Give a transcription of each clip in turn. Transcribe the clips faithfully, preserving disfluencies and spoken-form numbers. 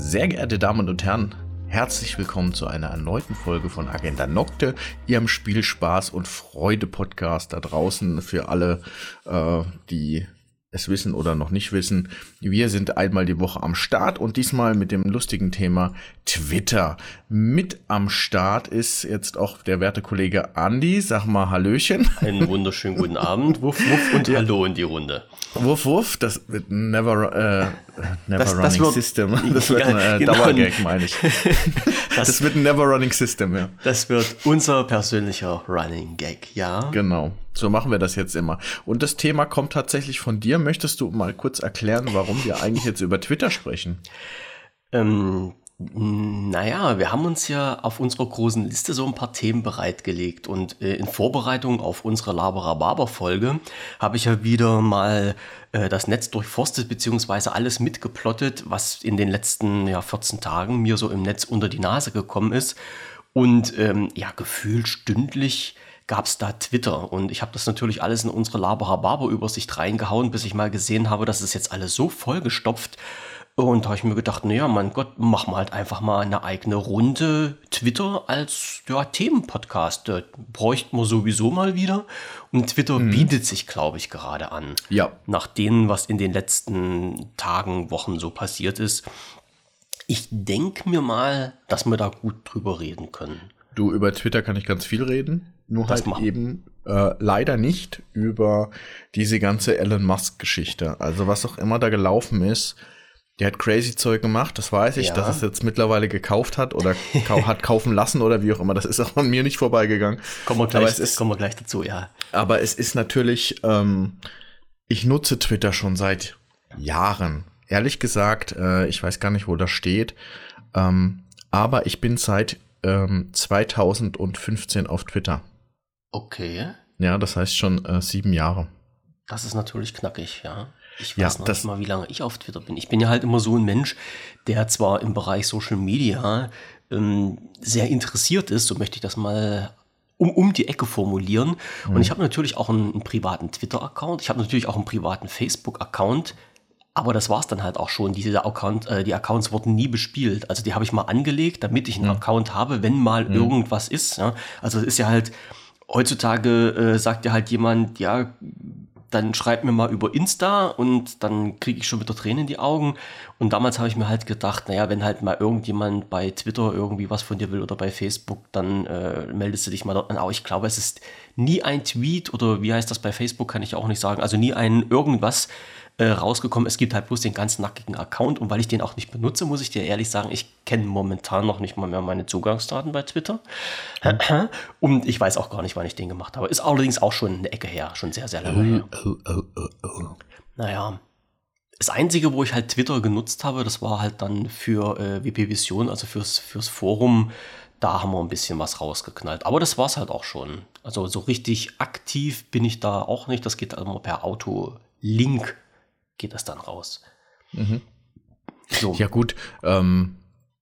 Sehr geehrte Damen und Herren, herzlich willkommen zu einer erneuten Folge von Agenda Nocte, Ihrem Spielspaß- und Freude-Podcast da draußen für alle, äh, die es wissen oder noch nicht wissen. Wir sind einmal die Woche am Start und diesmal mit dem lustigen Thema Twitter. Mit am Start ist jetzt auch der werte Kollege Andi. Sag mal Hallöchen. Einen wunderschönen guten Abend. Wuff, wuff und ja. Hallo in die Runde. Wuff, wuff, das wird ein Never, äh, never das, Running das wird, System. Das wird ja, ein äh, genau. Dauergag, meine ich. das, das wird ein Never Running System, ja. Das wird unser persönlicher Running Gag, ja. Genau, so machen wir das jetzt immer. Und das Thema kommt tatsächlich von dir. Möchtest du mal kurz erklären, warum wir eigentlich jetzt über Twitter sprechen? Ähm, naja, wir haben uns ja auf unserer großen Liste so ein paar Themen bereitgelegt und äh, in Vorbereitung auf unsere Laberababer-Folge habe ich ja wieder mal äh, das Netz durchforstet beziehungsweise alles mitgeplottet, was in den letzten ja, vierzehn Tagen mir so im Netz unter die Nase gekommen ist und ähm, ja, gefühlt stündlich gab es da Twitter und ich habe das natürlich alles in unsere Laberababer-Übersicht reingehauen, bis ich mal gesehen habe, dass es jetzt alles so vollgestopft. Und da habe ich mir gedacht, naja, mein Gott, machen wir halt einfach mal eine eigene Runde Twitter als ja, Themenpodcast. Das bräuchten wir sowieso mal wieder. Und Twitter mhm. bietet sich, glaube ich, gerade an. Ja. Nach dem, was in den letzten Tagen, Wochen so passiert ist. Ich denke mir mal, dass wir da gut drüber reden können. Du, über Twitter kann ich ganz viel reden. Nur das halt machen. eben äh, leider nicht über diese ganze Elon Musk-Geschichte. Also was auch immer da gelaufen ist. Der hat crazy Zeug gemacht, das weiß ich, ja. Dass es jetzt mittlerweile gekauft hat oder kau- hat kaufen lassen oder wie auch immer. Das ist auch an mir nicht vorbeigegangen. Kommen wir gleich, aber es ist, kommen wir gleich dazu, ja. Aber es ist natürlich, ähm, ich nutze Twitter schon seit Jahren. Ehrlich gesagt, äh, ich weiß gar nicht, wo das steht. Ähm, aber ich bin seit ähm, zweitausendfünfzehn auf Twitter. Okay. Ja, das heißt schon äh, sieben Jahre. Das ist natürlich knackig, ja. Ich weiß ja, noch das nicht mal, wie lange ich auf Twitter bin. Ich bin ja halt immer so ein Mensch, der zwar im Bereich Social Media ähm, sehr interessiert ist, so möchte ich das mal um, um die Ecke formulieren. Mhm. Und ich habe natürlich auch einen, einen privaten Twitter-Account. Ich habe natürlich auch einen privaten Facebook-Account. Aber das war es dann halt auch schon. Diese Account, äh, die Accounts wurden nie bespielt. Also die habe ich mal angelegt, damit ich einen mhm. Account habe, wenn mal mhm. irgendwas ist. Ja? Also es ist ja halt, heutzutage äh, sagt ja halt jemand, ja, dann schreibt mir mal über Insta und dann kriege ich schon wieder Tränen in die Augen. Und damals habe ich mir halt gedacht, naja, wenn halt mal irgendjemand bei Twitter irgendwie was von dir will oder bei Facebook, dann äh, meldest du dich mal dort an. Aber ich glaube, es ist nie ein Tweet oder wie heißt das bei Facebook, kann ich auch nicht sagen. Also nie ein irgendwas äh, rausgekommen. Es gibt halt bloß den ganz nackigen Account. Und weil ich den auch nicht benutze, muss ich dir ehrlich sagen, ich kenne momentan noch nicht mal mehr meine Zugangsdaten bei Twitter. Mhm. Und ich weiß auch gar nicht, wann ich den gemacht habe. Ist allerdings auch schon eine Ecke her, schon sehr, sehr lange her. Oh, oh, oh, oh. Naja, das Einzige, wo ich halt Twitter genutzt habe, das war halt dann für äh, W P Vision, also fürs, fürs Forum. Da haben wir ein bisschen was rausgeknallt. Aber das war es halt auch schon. Also so richtig aktiv bin ich da auch nicht. Das geht immer per Auto-Link geht das dann raus. Mhm. So. Ja gut, ähm,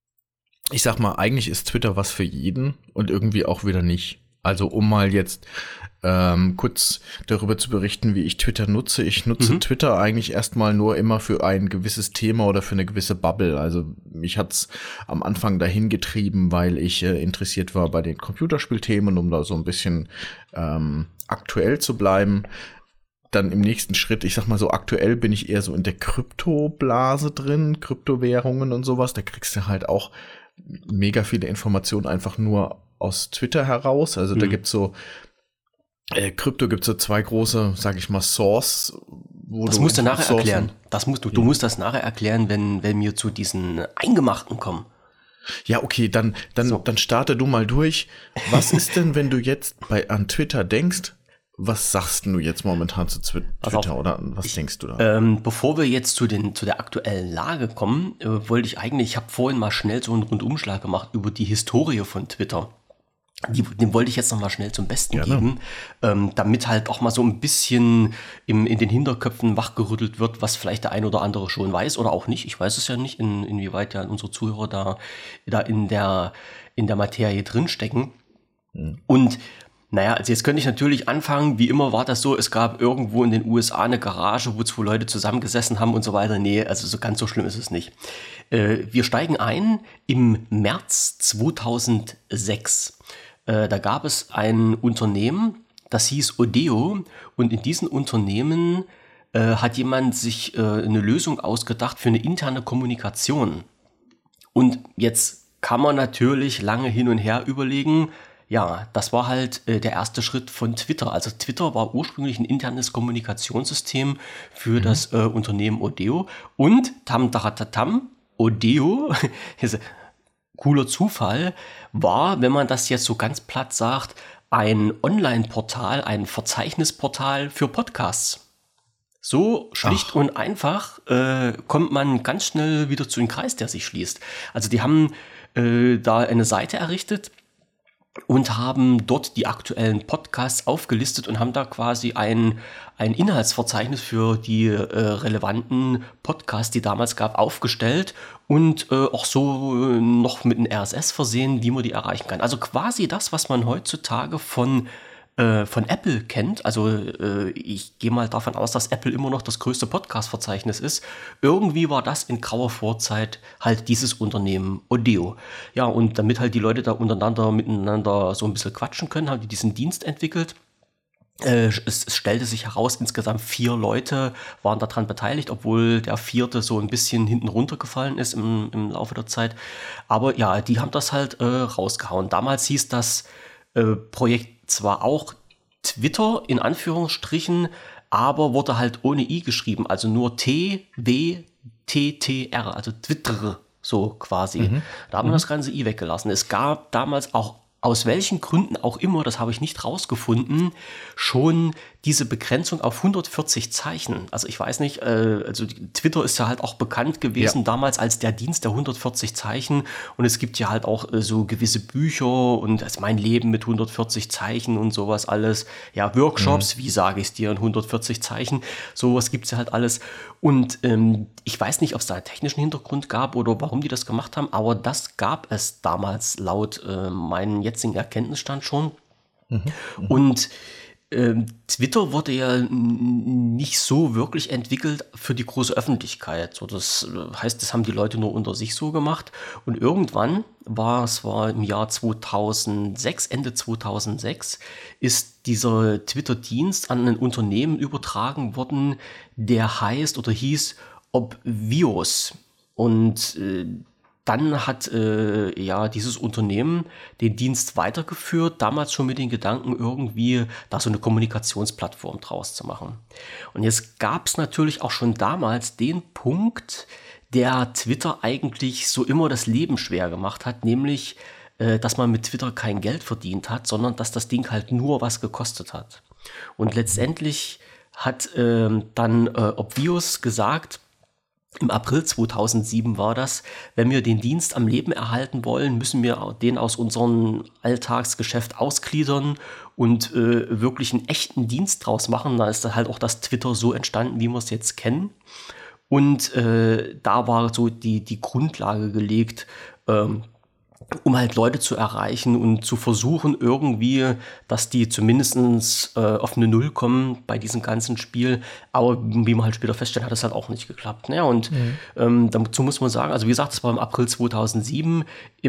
ich sag mal, eigentlich ist Twitter was für jeden und irgendwie auch wieder nicht. Also um mal jetzt ähm, kurz darüber zu berichten, wie ich Twitter nutze. Ich nutze mhm. Twitter eigentlich erstmal nur immer für ein gewisses Thema oder für eine gewisse Bubble. Also mich hat's am Anfang dahin getrieben, weil ich äh, interessiert war bei den Computerspielthemen, um da so ein bisschen ähm, aktuell zu bleiben. Dann im nächsten Schritt, ich sag mal so, aktuell bin ich eher so in der Kryptoblase drin, Kryptowährungen und sowas. Da kriegst du halt auch mega viele Informationen einfach nur aus Twitter heraus. Also mhm. da gibt's so, äh, Krypto gibt's so zwei große, sag ich mal, Source. Wo das du musst du nachher Sourcen erklären. Das musst du, du musst das nachher erklären, wenn, wenn wir zu diesen Eingemachten kommen. Ja, okay, dann, dann, so. dann starte du mal durch. Was ist denn, wenn du jetzt bei, an Twitter denkst? Was sagst du jetzt momentan zu Twitter auf, oder was ich, denkst du da? Ähm, bevor wir jetzt zu, den, zu der aktuellen Lage kommen, äh, wollte ich eigentlich, ich habe vorhin mal schnell so einen Rundumschlag gemacht über die Historie von Twitter. Die, den wollte ich jetzt noch mal schnell zum Besten Gerne. geben, ähm, damit halt auch mal so ein bisschen im, in den Hinterköpfen wachgerüttelt wird, was vielleicht der ein oder andere schon weiß oder auch nicht. Ich weiß es ja nicht, in, inwieweit ja unsere Zuhörer da, da in, der, in der Materie drinstecken. Hm. Und Naja, also jetzt könnte ich natürlich anfangen, wie immer war das so, es gab irgendwo in den U S A eine Garage, wo zwei Leute zusammengesessen haben und so weiter. Nee, also so ganz so schlimm ist es nicht. Äh, wir steigen ein im März zweitausendsechs. Äh, da gab es ein Unternehmen, das hieß Odeo, und in diesem Unternehmen äh, hat jemand sich äh, eine Lösung ausgedacht für eine interne Kommunikation. Und jetzt kann man natürlich lange hin und her überlegen. Ja, das war halt äh, der erste Schritt von Twitter. Also Twitter war ursprünglich ein internes Kommunikationssystem für mhm. das äh, Unternehmen Odeo. Und tam tam Odeo, cooler Zufall, war, wenn man das jetzt so ganz platt sagt, ein Online-Portal, ein Verzeichnisportal für Podcasts. So schlicht Ach. und einfach äh, kommt man ganz schnell wieder zu einem Kreis, der sich schließt. Also die haben äh, da eine Seite errichtet und haben dort die aktuellen Podcasts aufgelistet und haben da quasi ein, ein Inhaltsverzeichnis für die äh, relevanten Podcasts, die damals gab, aufgestellt und äh, auch so äh, noch mit einem R S S versehen, wie man die erreichen kann. Also quasi das, was man heutzutage von von Apple kennt, also äh, ich gehe mal davon aus, dass Apple immer noch das größte Podcast-Verzeichnis ist. Irgendwie war das in grauer Vorzeit halt dieses Unternehmen Odeo. Ja, und damit halt die Leute da untereinander miteinander so ein bisschen quatschen können, haben die diesen Dienst entwickelt. Äh, es, es stellte sich heraus, insgesamt vier Leute waren daran beteiligt, obwohl der vierte so ein bisschen hinten runtergefallen ist im, im Laufe der Zeit. Aber ja, die haben das halt äh, rausgehauen. Damals hieß das äh, Projekt zwar auch Twitter in Anführungsstrichen, aber wurde halt ohne I geschrieben, also nur T W T T R, also Twitter, so quasi. Mhm. Da haben wir mhm. das ganze I weggelassen. Es gab damals auch, aus welchen Gründen auch immer, das habe ich nicht rausgefunden, schon diese Begrenzung auf hundertvierzig Zeichen. Also ich weiß nicht, äh, also Twitter ist ja halt auch bekannt gewesen ja. damals als der Dienst der hundertvierzig Zeichen, und es gibt ja halt auch äh, so gewisse Bücher und also mein Leben mit hundertvierzig Zeichen und sowas alles. Ja, Workshops, mhm. wie sage ich es dir, in hundertvierzig Zeichen, sowas gibt es ja halt alles. Und ähm, ich weiß nicht, ob es da einen technischen Hintergrund gab oder warum die das gemacht haben, aber das gab es damals laut äh, meinem jetzigen Erkenntnisstand schon. Mhm. Mhm. Und Ähm, Twitter wurde ja n- nicht so wirklich entwickelt für die große Öffentlichkeit. So, das heißt, das haben die Leute nur unter sich so gemacht. Und irgendwann war es war im Jahr zweitausendsechs, Ende zweitausendsechs, ist dieser Twitter-Dienst an ein Unternehmen übertragen worden, der heißt oder hieß Obvious. Und äh, Dann hat äh, ja dieses Unternehmen den Dienst weitergeführt, damals schon mit den Gedanken, irgendwie da so eine Kommunikationsplattform draus zu machen. Und jetzt gab es natürlich auch schon damals den Punkt, der Twitter eigentlich so immer das Leben schwer gemacht hat, nämlich, äh, dass man mit Twitter kein Geld verdient hat, sondern dass das Ding halt nur was gekostet hat. Und letztendlich hat äh, dann äh, Obvious gesagt, im April zweitausendsieben war das, wenn wir den Dienst am Leben erhalten wollen, müssen wir den aus unserem Alltagsgeschäft ausgliedern und äh, wirklich einen echten Dienst draus machen. Da ist dann halt auch das Twitter so entstanden, wie wir es jetzt kennen. Und äh, da war so die, die Grundlage gelegt, ähm, um halt Leute zu erreichen und zu versuchen irgendwie, dass die zumindest äh, auf eine Null kommen bei diesem ganzen Spiel. Aber wie man halt später feststellt, hat das halt auch nicht geklappt. Ja, und mhm. ähm, dazu muss man sagen, also wie gesagt, das war im April zweitausendsieben.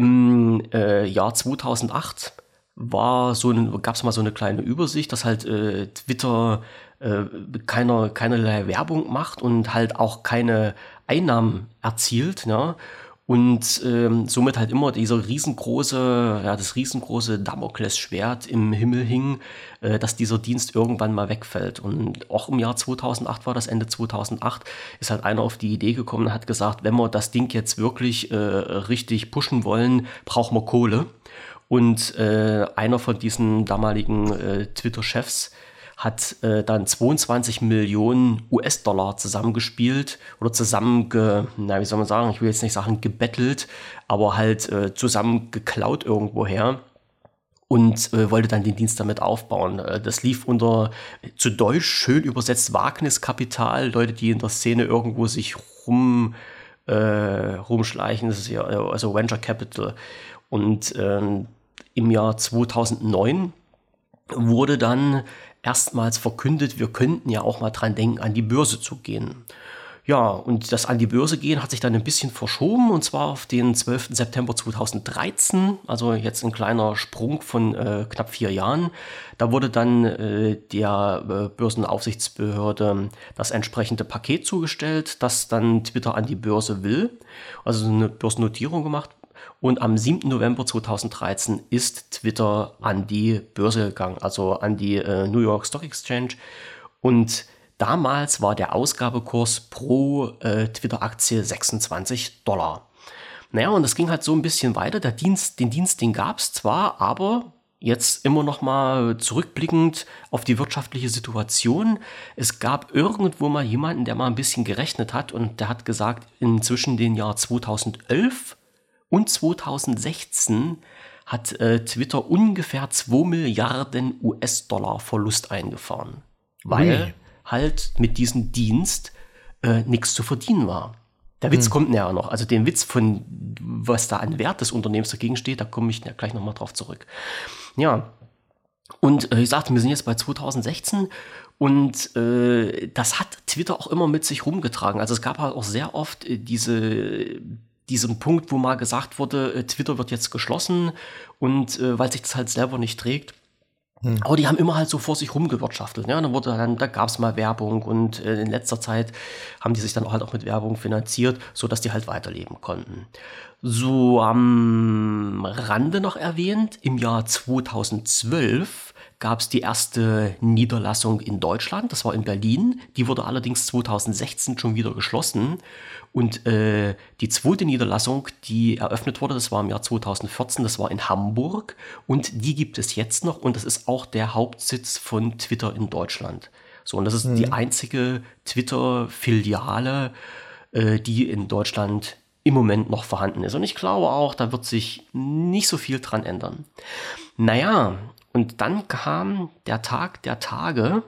Im äh, Jahr zweitausendacht war so gab es mal so eine kleine Übersicht, dass halt äh, Twitter äh, keiner, keinerlei Werbung macht und halt auch keine Einnahmen erzielt, ne? Und ähm, somit halt immer dieser riesengroße, ja, das riesengroße Damoklesschwert im Himmel hing, äh, dass dieser Dienst irgendwann mal wegfällt. Und auch im Jahr zweitausendacht war das, Ende zweitausendacht, ist halt einer auf die Idee gekommen und hat gesagt, wenn wir das Ding jetzt wirklich äh, richtig pushen wollen, brauchen wir Kohle. Und äh, einer von diesen damaligen äh, Twitter-Chefs hat äh, dann zweiundzwanzig Millionen U S-Dollar zusammengespielt oder zusammen, ge, na, wie soll man sagen, ich will jetzt nicht sagen gebettelt, aber halt äh, zusammen geklaut irgendwoher und äh, wollte dann den Dienst damit aufbauen. Äh, das lief unter, zu Deutsch schön übersetzt, Wagniskapital, Leute, die in der Szene irgendwo sich rum, äh, rumschleichen, das ist ja also Venture Capital. Und ähm, im Jahr zweitausendneun wurde dann erstmals verkündet, wir könnten ja auch mal dran denken, an die Börse zu gehen. Ja, und das an die Börse gehen hat sich dann ein bisschen verschoben, und zwar auf den zwölften September zweitausenddreizehn, also jetzt ein kleiner Sprung von äh, knapp vier Jahren. Da wurde dann äh, der äh, Börsenaufsichtsbehörde das entsprechende Paket zugestellt, das dann Twitter an die Börse will, also eine Börsennotierung gemacht. Und am siebten November zweitausenddreizehn ist Twitter an die Börse gegangen, also an die äh, New York Stock Exchange. Und damals war der Ausgabekurs pro äh, Twitter-Aktie sechsundzwanzig Dollar. Naja, und das ging halt so ein bisschen weiter. Der Dienst, den Dienst, den gab es zwar, aber jetzt immer noch mal zurückblickend auf die wirtschaftliche Situation. Es gab irgendwo mal jemanden, der mal ein bisschen gerechnet hat, und der hat gesagt, inzwischen den Jahr zweitausendelf und zweitausendsechzehn hat äh, Twitter ungefähr zwei Milliarden U S-Dollar Verlust eingefahren. Weil Ui. halt mit diesem Dienst äh, nichts zu verdienen war. Der Witz hm. kommt näher noch. Also den Witz von, was da an Wert des Unternehmens dagegen steht, da komme ich gleich nochmal drauf zurück. Ja, und äh, ich sagte, wir sind jetzt bei zweitausendsechzehn, und äh, das hat Twitter auch immer mit sich rumgetragen. Also es gab halt auch sehr oft äh, diese... diesen Punkt, wo mal gesagt wurde, Twitter wird jetzt geschlossen, und äh, weil sich das halt selber nicht trägt. Hm. Aber die haben immer halt so vor sich rumgewirtschaftelt. Ja? Dann wurde dann, da gab es mal Werbung, und äh, in letzter Zeit haben die sich dann auch halt auch mit Werbung finanziert, sodass die halt weiterleben konnten. So am Rande noch erwähnt, im Jahr zweitausendzwölf gab es die erste Niederlassung in Deutschland, das war in Berlin. Die wurde allerdings zweitausendsechzehn schon wieder geschlossen. Und äh, die zweite Niederlassung, die eröffnet wurde, das war im Jahr zweitausendvierzehn, das war in Hamburg. Und die gibt es jetzt noch, und das ist auch der Hauptsitz von Twitter in Deutschland. So, und das ist mhm. die einzige Twitter-Filiale, äh, die in Deutschland im Moment noch vorhanden ist. Und ich glaube auch, da wird sich nicht so viel dran ändern. Naja, und dann kam der Tag der Tage,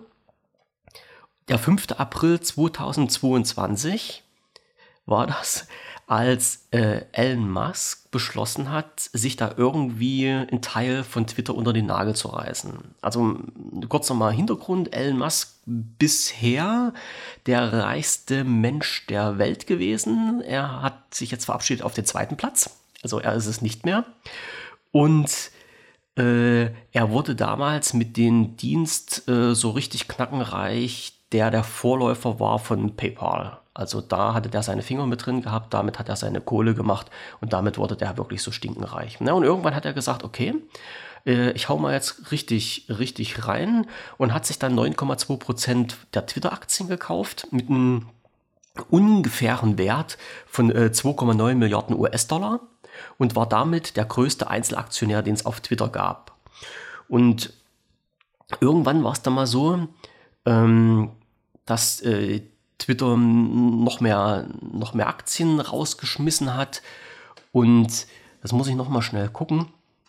der fünfte April zweitausendzweiundzwanzig war das, als äh, Elon Musk beschlossen hat, sich da irgendwie ein Teil von Twitter unter den Nagel zu reißen. Also kurz nochmal Hintergrund: Elon Musk bisher der reichste Mensch der Welt gewesen. Er hat sich jetzt verabschiedet auf den zweiten Platz, also er ist es nicht mehr. Und äh, er wurde damals mit dem Dienst äh, so richtig knackenreich, der der Vorläufer war von PayPal. Also da hatte der seine Finger mit drin gehabt, damit hat er seine Kohle gemacht, und damit wurde der wirklich so stinkenreich. Na, und irgendwann hat er gesagt, okay, äh, ich hau mal jetzt richtig, richtig rein, und hat sich dann neun Komma zwei Prozent der Twitter-Aktien gekauft mit einem ungefähren Wert von äh, zwei Komma neun Milliarden U S-Dollar und war damit der größte Einzelaktionär, den es auf Twitter gab. Und irgendwann war es dann mal so, ähm, dass äh, Twitter noch mehr, noch mehr Aktien rausgeschmissen hat, und das muss ich noch mal schnell gucken.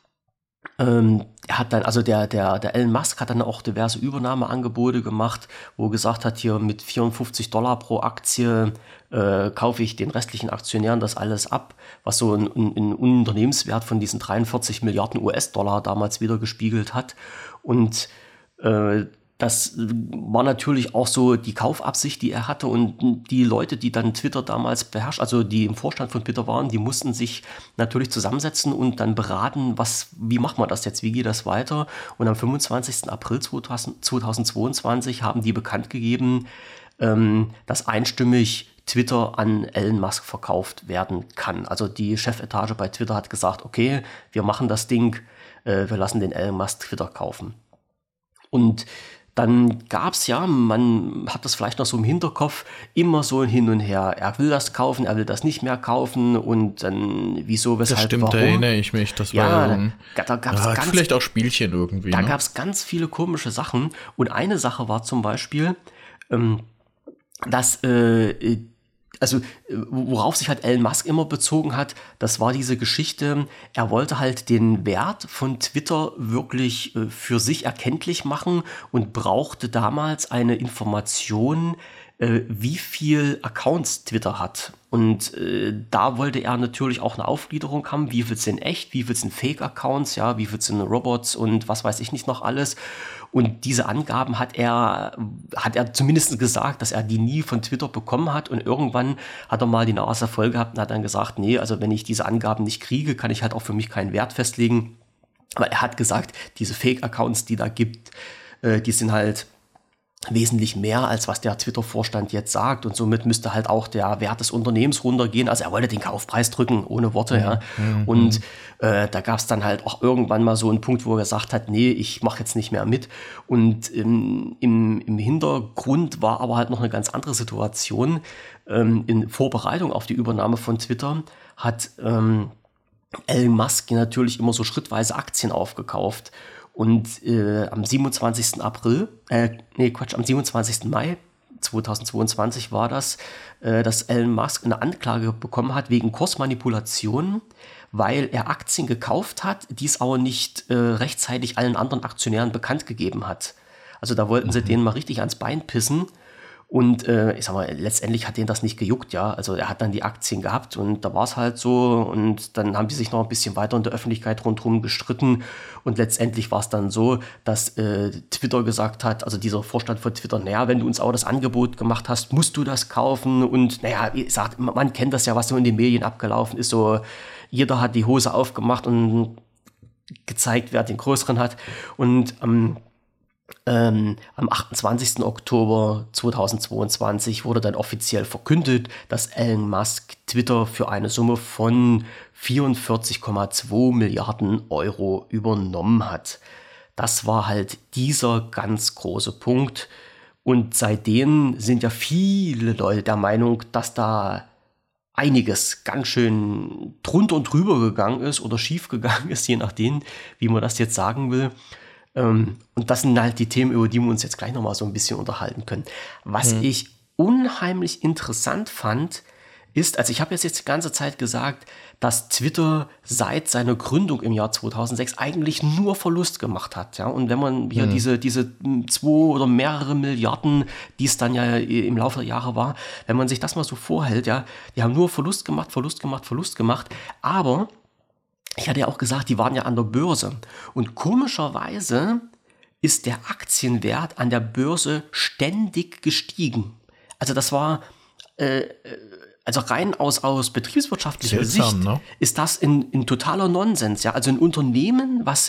Ähm, er hat dann, also der, der, der Elon Musk hat dann auch diverse Übernahmeangebote gemacht, wo er gesagt hat, hier mit vierundfünfzig Dollar pro Aktie äh, kaufe ich den restlichen Aktionären das alles ab, was so ein, ein, ein Unternehmenswert von diesen dreiundvierzig Milliarden U S-Dollar damals wieder gespiegelt hat. Und äh, das war natürlich auch so die Kaufabsicht, die er hatte, und die Leute, die dann Twitter damals beherrscht, also die im Vorstand von Twitter waren, die mussten sich natürlich zusammensetzen und dann beraten, was, wie macht man das jetzt, wie geht das weiter? Und am fünfundzwanzigsten April zweitausendzweiundzwanzig haben die bekannt gegeben, ähm, dass einstimmig Twitter an Elon Musk verkauft werden kann. Also die Chefetage bei Twitter hat gesagt, okay, wir machen das Ding, äh, wir lassen den Elon Musk Twitter kaufen. Und dann gab es ja, man hat das vielleicht noch so im Hinterkopf, immer so ein Hin und Her. Er will das kaufen, er will das nicht mehr kaufen, und dann wieso, weshalb, das stimmt, warum. Da erinnere ich mich. Das ja, war ja, da, da gab's ja, ganz, vielleicht auch Spielchen irgendwie. Da ne? gab es ganz viele komische Sachen. Und eine Sache war zum Beispiel, ähm, dass äh, also worauf sich halt Elon Musk immer bezogen hat, das war diese Geschichte, er wollte halt den Wert von Twitter wirklich äh, für sich erkenntlich machen und brauchte damals eine Information, äh, wie viel Accounts Twitter hat. Und äh, da wollte er natürlich auch eine Aufgliederung haben, wie viel sind echt, wie viel sind Fake-Accounts, ja, wie viel sind Robots und was weiß ich nicht noch alles. Und diese Angaben hat er, hat er zumindest gesagt, dass er die nie von Twitter bekommen hat. Und irgendwann hat er mal die Nase voll gehabt und hat dann gesagt, nee, also wenn ich diese Angaben nicht kriege, kann ich halt auch für mich keinen Wert festlegen. Aber er hat gesagt, diese Fake-Accounts, die da gibt, äh, die sind halt wesentlich mehr, als was der Twitter-Vorstand jetzt sagt. Und somit müsste halt auch der Wert des Unternehmens runtergehen. Also er wollte den Kaufpreis drücken, ohne Worte. Ja. Mhm. Und äh, da gab es dann halt auch irgendwann mal so einen Punkt, wo er gesagt hat, nee, ich mache jetzt nicht mehr mit. Und ähm, im, im Hintergrund war aber halt noch eine ganz andere Situation. Ähm, in Vorbereitung auf die Übernahme von Twitter hat ähm, Elon Musk natürlich immer so schrittweise Aktien aufgekauft. Und äh, am siebenundzwanzigsten April, äh, nee, Quatsch, am siebenundzwanzigsten Mai zweitausendzweiundzwanzig war das, äh, dass Elon Musk eine Anklage bekommen hat wegen Kursmanipulation, weil er Aktien gekauft hat, die es aber nicht äh, rechtzeitig allen anderen Aktionären bekannt gegeben hat. Also da wollten mhm. sie denen mal richtig ans Bein pissen. Und äh, ich sag mal, letztendlich hat denen das nicht gejuckt, ja. Also er hat dann die Aktien gehabt und da war es halt so. Und dann haben die sich noch ein bisschen weiter in der Öffentlichkeit rundherum gestritten. Und letztendlich war es dann so, dass äh, Twitter gesagt hat, also dieser Vorstand von Twitter, naja, wenn du uns auch das Angebot gemacht hast, musst du das kaufen. Und naja, wie gesagt, man kennt das ja, was so in den Medien abgelaufen ist. So, jeder hat die Hose aufgemacht und gezeigt, wer den größeren hat. Und ähm, Ähm, am achtundzwanzigsten Oktober zweitausendzweiundzwanzig wurde dann offiziell verkündet, dass Elon Musk Twitter für eine Summe von vierundvierzig Komma zwei Milliarden Euro übernommen hat. Das war halt dieser ganz große Punkt. Und seitdem sind ja viele Leute der Meinung, dass da einiges ganz schön drunter und drüber gegangen ist oder schief gegangen ist, je nachdem, wie man das jetzt sagen will. Ähm, und das sind halt die Themen, über die wir uns jetzt gleich nochmal so ein bisschen unterhalten können. Was hm. ich unheimlich interessant fand, ist, also ich habe jetzt, jetzt die ganze Zeit gesagt, dass Twitter seit seiner Gründung im Jahr zweitausendsechs eigentlich nur Verlust gemacht hat. Ja? Und wenn man hier hm. diese, diese zwei oder mehrere Milliarden, die es dann ja im Laufe der Jahre war, wenn man sich das mal so vorhält, ja, die haben nur Verlust gemacht, Verlust gemacht, Verlust gemacht, aber ich hatte ja auch gesagt, die waren ja an der Börse. Und komischerweise ist der Aktienwert an der Börse ständig gestiegen. Also das war, äh, also rein aus, aus betriebswirtschaftlicher Seltsam, Sicht, ne? Ist das ein, ein totaler Nonsens. Ja? Also ein Unternehmen, was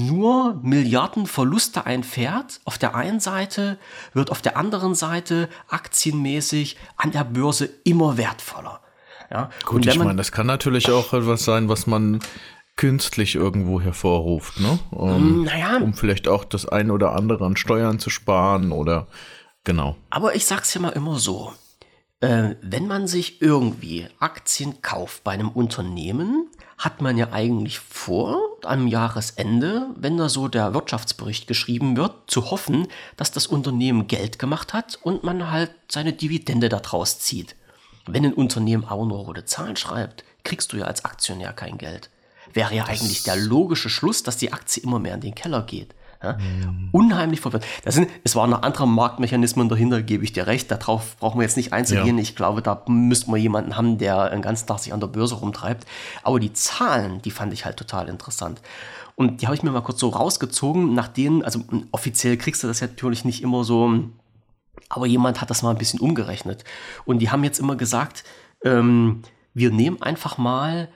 nur Milliarden Verluste einfährt, auf der einen Seite, wird auf der anderen Seite aktienmäßig an der Börse immer wertvoller. Ja, gut, ich meine, das kann natürlich auch etwas sein, was man künstlich irgendwo hervorruft, ne? Um, naja, um vielleicht auch das ein oder andere an Steuern zu sparen oder genau. Aber ich sag's ja mal immer so, äh, wenn man sich irgendwie Aktien kauft bei einem Unternehmen, hat man ja eigentlich vor, am Jahresende, wenn da so der Wirtschaftsbericht geschrieben wird, zu hoffen, dass das Unternehmen Geld gemacht hat und man halt seine Dividende daraus zieht. Wenn ein Unternehmen aber nur rote Zahlen schreibt, kriegst du ja als Aktionär kein Geld. Wäre ja das eigentlich der logische Schluss, dass die Aktie immer mehr in den Keller geht. Ja? Mm. Unheimlich verwirrend. Das sind, es waren noch andere Marktmechanismen dahinter, gebe ich dir recht. Darauf brauchen wir jetzt nicht einzugehen. Ja. Ich glaube, da müssten wir jemanden haben, der den ganzen Tag sich an der Börse rumtreibt. Aber die Zahlen, die fand ich halt total interessant. Und die habe ich mir mal kurz so rausgezogen, nach denen, also offiziell kriegst du das ja natürlich nicht immer so, aber jemand hat das mal ein bisschen umgerechnet. Und die haben jetzt immer gesagt, ähm, wir nehmen einfach mal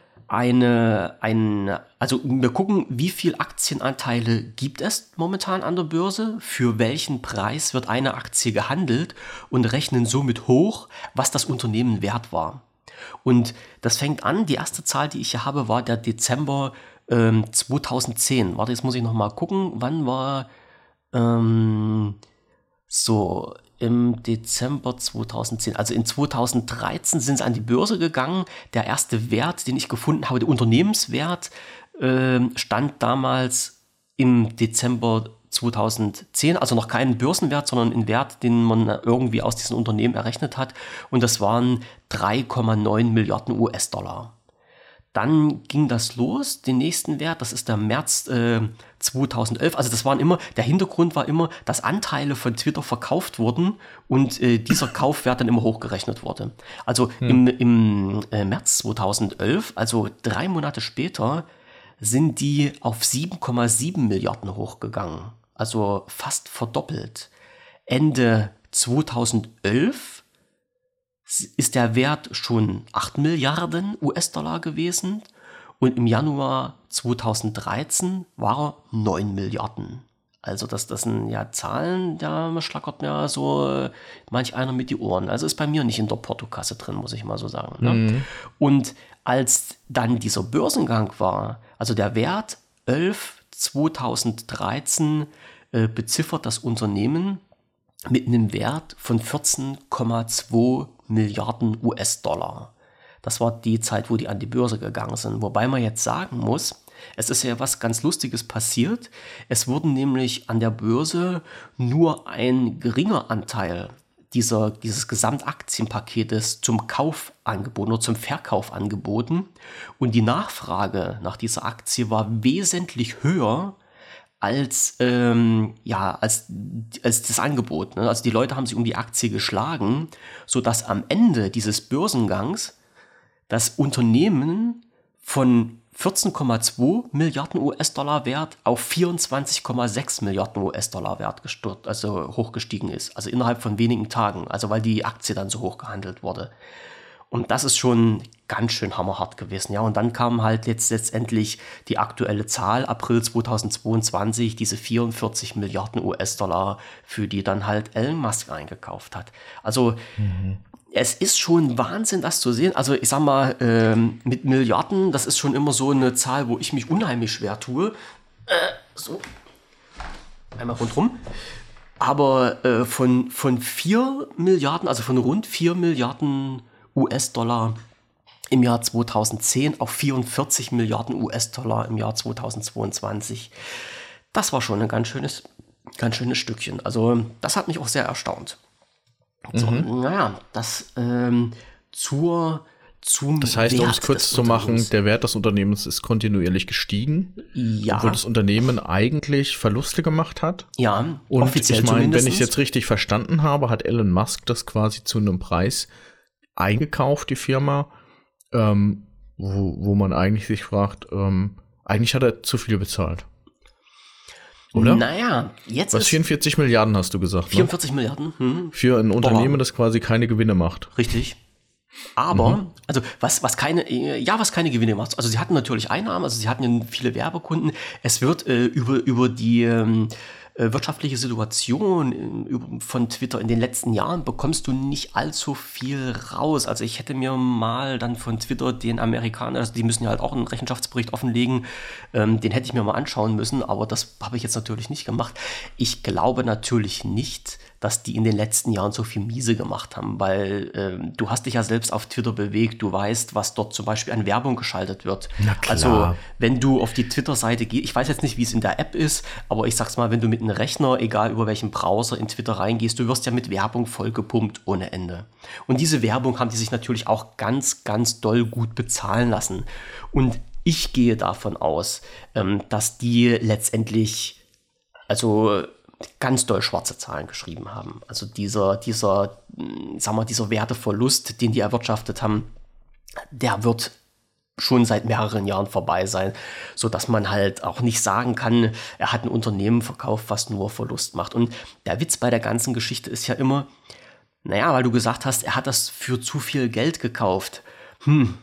eine, eine, also wir gucken, wie viel Aktienanteile gibt es momentan an der Börse, für welchen Preis wird eine Aktie gehandelt und rechnen somit hoch, was das Unternehmen wert war. Und das fängt an, die erste Zahl, die ich hier habe, war der Dezember ähm, zweitausendzehn. Warte, jetzt muss ich noch mal gucken, wann war ähm, so im Dezember zweitausendzehn, also in zweitausenddreizehn sind sie an die Börse gegangen. Der erste Wert, den ich gefunden habe, der Unternehmenswert, äh, stand damals im Dezember zweitausendzehn, also noch keinen Börsenwert, sondern einen Wert, den man irgendwie aus diesem Unternehmen errechnet hat. Und das waren drei Komma neun Milliarden U S-Dollar. Dann ging das los, den nächsten Wert, das ist der März äh, zweitausendelf. Also das waren immer, der Hintergrund war immer, dass Anteile von Twitter verkauft wurden und äh, dieser Kaufwert dann immer hochgerechnet wurde. Also hm. im, im äh, März zweitausendelf, also drei Monate später, sind die auf sieben Komma sieben Milliarden hochgegangen. Also fast verdoppelt. Ende zweitausendelf ist der Wert schon acht Milliarden U S-Dollar gewesen und im Januar zweitausenddreizehn war er neun Milliarden. Also das, das sind ja Zahlen, da schlackert mir so äh, manch einer mit die Ohren. Also ist bei mir nicht in der Portokasse drin, muss ich mal so sagen. Ne? Mhm. Und als dann dieser Börsengang war, also der Wert elf zweitausenddreizehn äh, beziffert das Unternehmen mit einem Wert von vierzehn Komma zwei Milliarden U S-Dollar. Das war die Zeit, wo die an die Börse gegangen sind. Wobei man jetzt sagen muss, es ist ja was ganz Lustiges passiert. Es wurden nämlich an der Börse nur ein geringer Anteil dieser, dieses Gesamtaktienpaketes zum Kauf angeboten oder zum Verkauf angeboten. Und die Nachfrage nach dieser Aktie war wesentlich höher als, ähm, ja, als, als das Angebot. Ne? Also die Leute haben sich um die Aktie geschlagen, sodass am Ende dieses Börsengangs das Unternehmen von vierzehn Komma zwei Milliarden U S-Dollar Wert auf vierundzwanzig Komma sechs Milliarden U S-Dollar Wert gestürzt, also hochgestiegen ist. Also innerhalb von wenigen Tagen, also weil die Aktie dann so hoch gehandelt wurde. Und das ist schon ganz schön hammerhart gewesen. Ja, und dann kam halt jetzt letztendlich die aktuelle Zahl, April zweitausendzweiundzwanzig, diese vierundvierzig Milliarden U S-Dollar, für die dann halt Elon Musk eingekauft hat. Also mhm. es ist schon Wahnsinn, das zu sehen. Also ich sag mal, ähm, mit Milliarden, das ist schon immer so eine Zahl, wo ich mich unheimlich schwer tue. Äh, so, einmal rundherum. Aber äh, von, von vier Milliarden, also von rund vier Milliarden U S-Dollar im Jahr zweitausendzehn auf vierundvierzig Milliarden U S-Dollar im Jahr zweitausendzweiundzwanzig. Das war schon ein ganz schönes, ganz schönes Stückchen. Also das hat mich auch sehr erstaunt. So, mhm. Naja, das ähm, zur zum Das heißt, um es kurz zu machen, der Wert des Unternehmens ist kontinuierlich gestiegen, ja. obwohl das Unternehmen eigentlich Verluste gemacht hat. Ja, und offiziell ich meine, zumindest. wenn ich es jetzt richtig verstanden habe, hat Elon Musk das quasi zu einem Preis eingekauft, die Firma, ähm, wo, wo man eigentlich sich fragt, ähm, eigentlich hat er zu viel bezahlt. Oder? Naja, jetzt Was, ist vierundvierzig Milliarden hast du gesagt, vierundvierzig ne? Milliarden. Hm. Für ein Dollar. Unternehmen, das quasi keine Gewinne macht. Richtig. Aber, Mhm. also was, was keine, ja, was keine Gewinne macht. Also sie hatten natürlich Einnahmen, also sie hatten ja viele Werbekunden. Es wird äh, über, über die ähm, wirtschaftliche Situation von Twitter in den letzten Jahren bekommst du nicht allzu viel raus. Also ich hätte mir mal dann von Twitter den Amerikanern, also die müssen ja halt auch einen Rechenschaftsbericht offenlegen, ähm, den hätte ich mir mal anschauen müssen, aber das habe ich jetzt natürlich nicht gemacht. Ich glaube natürlich nicht, dass die in den letzten Jahren so viel miese gemacht haben, weil ähm, du hast dich ja selbst auf Twitter bewegt, du weißt, was dort zum Beispiel an Werbung geschaltet wird. Na klar. Also wenn du auf die Twitter-Seite gehst, ich weiß jetzt nicht, wie es in der App ist, aber ich sag's mal, wenn du mit einem Rechner, egal über welchen Browser, in Twitter reingehst, du wirst ja mit Werbung vollgepumpt ohne Ende. Und diese Werbung haben die sich natürlich auch ganz, ganz doll gut bezahlen lassen. Und ich gehe davon aus, ähm, dass die letztendlich, also ganz doll schwarze Zahlen geschrieben haben. Also dieser, dieser, sagen wir, dieser Werteverlust, den die erwirtschaftet haben, der wird schon seit mehreren Jahren vorbei sein, sodass man halt auch nicht sagen kann, er hat ein Unternehmen verkauft, was nur Verlust macht. Und der Witz bei der ganzen Geschichte ist ja immer, naja, weil du gesagt hast, er hat das für zu viel Geld gekauft. Hm,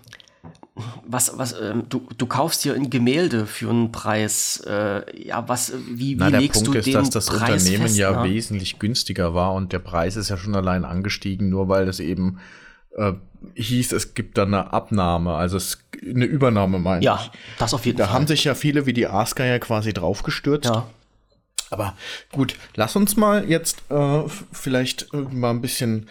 Was, was, ähm, du, du kaufst dir ein Gemälde für einen Preis, äh, ja, was, wie, wie Na, der legst Punkt du ist, den dass das Preis Unternehmen fest, ja na? wesentlich günstiger war und der Preis ist ja schon allein angestiegen, nur weil es eben äh, hieß, es gibt da eine Abnahme, also es, eine Übernahme, meine Ja, ich. das auf jeden Da Fall. haben sich ja viele wie die Asker ja quasi draufgestürzt. Ja. Aber gut, lass uns mal jetzt äh, f- vielleicht äh, mal ein bisschen.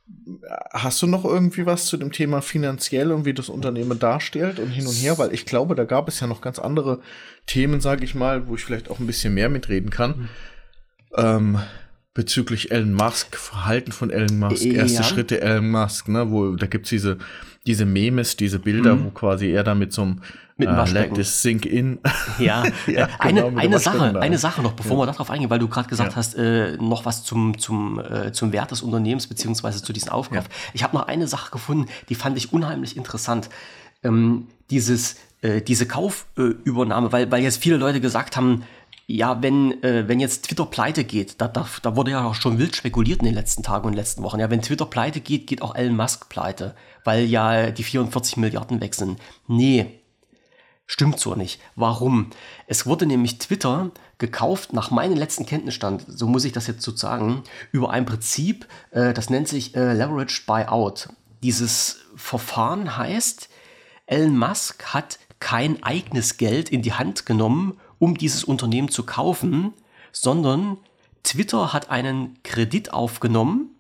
Hast du noch irgendwie was zu dem Thema finanziell und wie das Unternehmen darstellt und hin und her? Weil ich glaube, da gab es ja noch ganz andere Themen, sage ich mal, wo ich vielleicht auch ein bisschen mehr mitreden kann. Mhm. Ähm, bezüglich Elon Musk, Verhalten von Elon Musk, Ja. erste Schritte Elon Musk, ne, wo da gibt's diese diese Memes, diese Bilder, Mhm. wo quasi er da mit so einem Mit dem äh, Waschbecken. Let this sink in. Ja, Ja, äh, eine, genau, mit dem eine Waschbecken Sache, da. eine Sache noch, bevor wir darauf eingehen, weil du gerade gesagt Ja. hast, äh, noch was zum, zum, äh, zum Wert des Unternehmens beziehungsweise zu diesem Aufkauf. Ja. Ich habe noch eine Sache gefunden, die fand ich unheimlich interessant. Ähm, dieses, äh, diese Kaufübernahme, weil, weil jetzt viele Leute gesagt haben, ja, wenn, äh, wenn jetzt Twitter pleite geht, da, da, da wurde ja auch schon wild spekuliert in den letzten Tagen und letzten Wochen. Ja, wenn Twitter pleite geht, geht auch Elon Musk pleite, weil ja die vierundvierzig Milliarden weg sind. Nee, stimmt so nicht. Warum? Es wurde nämlich Twitter gekauft, nach meinem letzten Kenntnisstand, so muss ich das jetzt so sagen, über ein Prinzip, äh, das nennt sich äh, Leveraged Buyout. Dieses Verfahren heißt, Elon Musk hat kein eigenes Geld in die Hand genommen, um dieses Unternehmen zu kaufen, sondern Twitter hat einen Kredit aufgenommen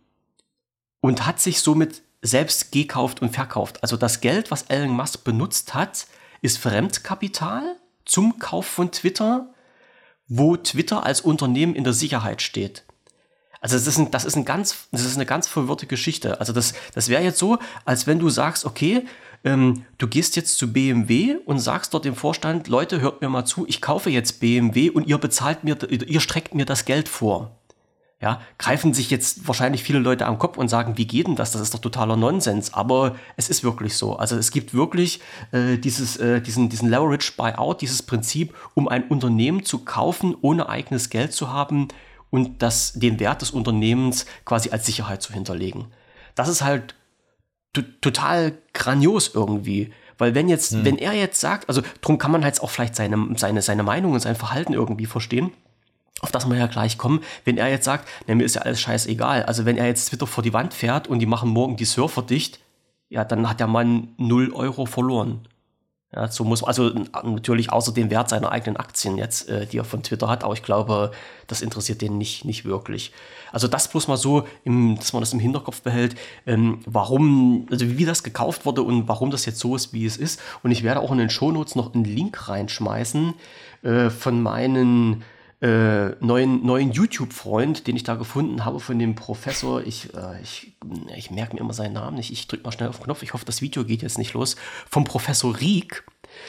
und hat sich somit selbst gekauft und verkauft. Also das Geld, was Elon Musk benutzt hat, ist Fremdkapital zum Kauf von Twitter, wo Twitter als Unternehmen in der Sicherheit steht. Also das ist, ein, das ist, ein ganz, das ist eine ganz verwirrte Geschichte. Also das, das wäre jetzt so, als wenn du sagst, okay, ähm, du gehst jetzt zu B M W und sagst dort dem Vorstand, Leute, hört mir mal zu, ich kaufe jetzt B M W und ihr bezahlt mir, ihr streckt mir das Geld vor. Ja, greifen sich jetzt wahrscheinlich viele Leute am Kopf und sagen, wie geht denn das? Das ist doch totaler Nonsens. Aber es ist wirklich so. Also es gibt wirklich äh, dieses, äh, diesen, diesen Leverage Buyout, dieses Prinzip, um ein Unternehmen zu kaufen, ohne eigenes Geld zu haben und das, den Wert des Unternehmens quasi als Sicherheit zu hinterlegen. Das ist halt t- total grandios irgendwie. Weil wenn jetzt, hm. wenn er jetzt sagt, also drum kann man halt auch vielleicht seine, seine, seine Meinung und sein Verhalten irgendwie verstehen, auf das wir ja gleich kommen, wenn er jetzt sagt, na, mir ist ja alles scheißegal. Also wenn er jetzt Twitter vor die Wand fährt und die machen morgen die Server dicht, ja, dann hat der Mann null Euro verloren. Ja, so muss man, also natürlich außer dem Wert seiner eigenen Aktien jetzt, äh, die er von Twitter hat, aber ich glaube, das interessiert den nicht, nicht wirklich. Also das bloß mal so, im, dass man das im Hinterkopf behält, ähm, warum, also wie das gekauft wurde und warum das jetzt so ist, wie es ist. Und ich werde auch in den Shownotes noch einen Link reinschmeißen äh, von meinen Äh, neuen, neuen YouTube-Freund, den ich da gefunden habe von dem Professor, ich, äh, ich, ich merke mir immer seinen Namen nicht, ich drücke mal schnell auf den Knopf, ich hoffe, das Video geht jetzt nicht los, vom Professor Rieck,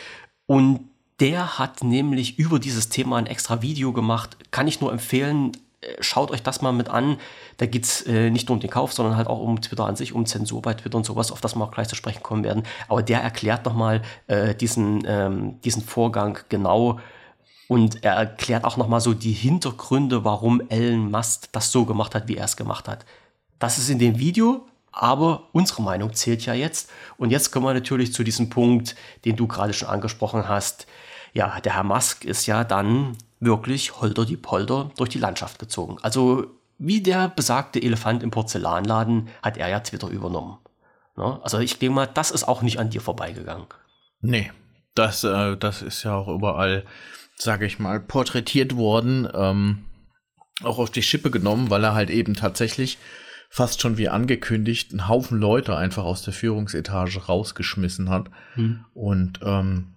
und der hat nämlich über dieses Thema ein extra Video gemacht, kann ich nur empfehlen, äh, schaut euch das mal mit an, da geht es äh, nicht nur um den Kauf, sondern halt auch um Twitter an sich, um Zensur bei Twitter und sowas, auf das wir auch gleich zu sprechen kommen werden, aber der erklärt nochmal äh, diesen, ähm, diesen Vorgang genau. Und er erklärt auch nochmal so die Hintergründe, warum Elon Musk das so gemacht hat, wie er es gemacht hat. Das ist in dem Video, aber unsere Meinung zählt ja jetzt. Und jetzt kommen wir natürlich zu diesem Punkt, den du gerade schon angesprochen hast. Ja, der Herr Musk ist ja dann wirklich holter die Polter durch die Landschaft gezogen. Also wie der besagte Elefant im Porzellanladen hat er ja Twitter übernommen. Ne? Also ich denke mal, das ist auch nicht an dir vorbeigegangen. Nee, das, äh, das ist ja auch überall, sage ich mal, porträtiert worden, ähm, auch auf die Schippe genommen, weil er halt eben tatsächlich fast schon wie angekündigt einen Haufen Leute einfach aus der Führungsetage rausgeschmissen hat. Hm. Und ähm,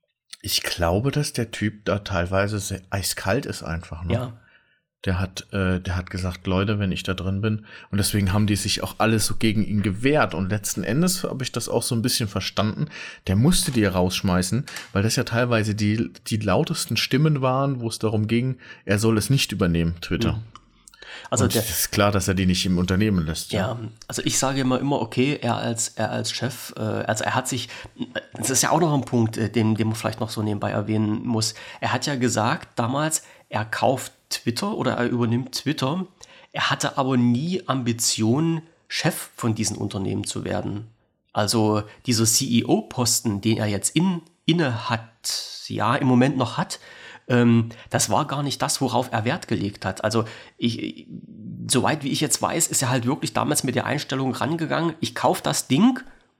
ich glaube, dass der Typ da teilweise sehr eiskalt ist einfach. Ne? Ja. Der hat, äh, der hat gesagt, Leute, wenn ich da drin bin. Und deswegen haben die sich auch alle so gegen ihn gewehrt. Und letzten Endes habe ich das auch so ein bisschen verstanden. Der musste die rausschmeißen, weil das ja teilweise die, die lautesten Stimmen waren, wo es darum ging, er soll es nicht übernehmen, Twitter. Mhm. Also und es ist klar, dass er die nicht im Unternehmen lässt. Ja, ja, also ich sage immer, immer okay, er als, er als Chef, äh, also er hat sich, das ist ja auch noch ein Punkt, äh, den, den man vielleicht noch so nebenbei erwähnen muss. Er hat ja gesagt damals, er kauft Twitter oder er übernimmt Twitter. Er hatte aber nie Ambitionen, Chef von diesen Unternehmen zu werden. Also dieser C E O-Posten, den er jetzt in, inne hat, ja, im Moment noch hat, ähm, das war gar nicht das, worauf er Wert gelegt hat. Also ich, soweit wie ich jetzt weiß, ist er halt wirklich damals mit der Einstellung rangegangen, ich kaufe das Ding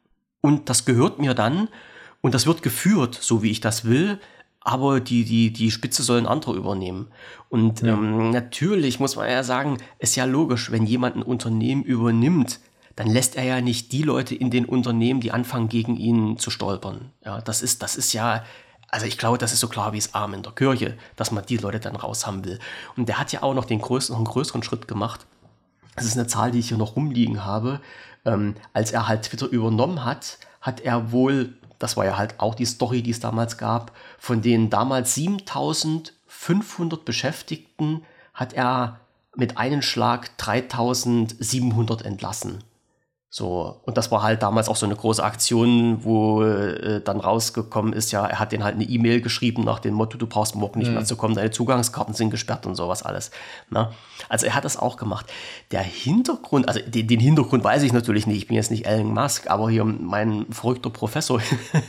und das gehört mir dann und das wird geführt, so wie ich das will, aber die, die, die Spitze sollen andere übernehmen. Und ja. ähm, natürlich muss man ja sagen, ist ja logisch, wenn jemand ein Unternehmen übernimmt, dann lässt er ja nicht die Leute in den Unternehmen, die anfangen, gegen ihn zu stolpern. Ja, das ist, das ist ja Also ich glaube, das ist so klar wie es Arm in der Kirche, dass man die Leute dann raus haben will. Und der hat ja auch noch den größten, noch einen größeren Schritt gemacht. Das ist eine Zahl, die ich hier noch rumliegen habe. Ähm, als er halt Twitter übernommen hat, hat er wohl, das war ja halt auch die Story, die es damals gab, von den damals siebentausendfünfhundert Beschäftigten hat er mit einem Schlag dreitausendsiebenhundert entlassen. So, und das war halt damals auch so eine große Aktion, wo äh, dann rausgekommen ist, ja, er hat denen halt eine E-Mail geschrieben nach dem Motto, du brauchst morgen nicht mhm. mehr zu kommen, deine Zugangskarten sind gesperrt und sowas alles. Na? Also er hat das auch gemacht. Der Hintergrund, also den, den Hintergrund weiß ich natürlich nicht, ich bin jetzt nicht Elon Musk, aber hier mein verrückter Professor,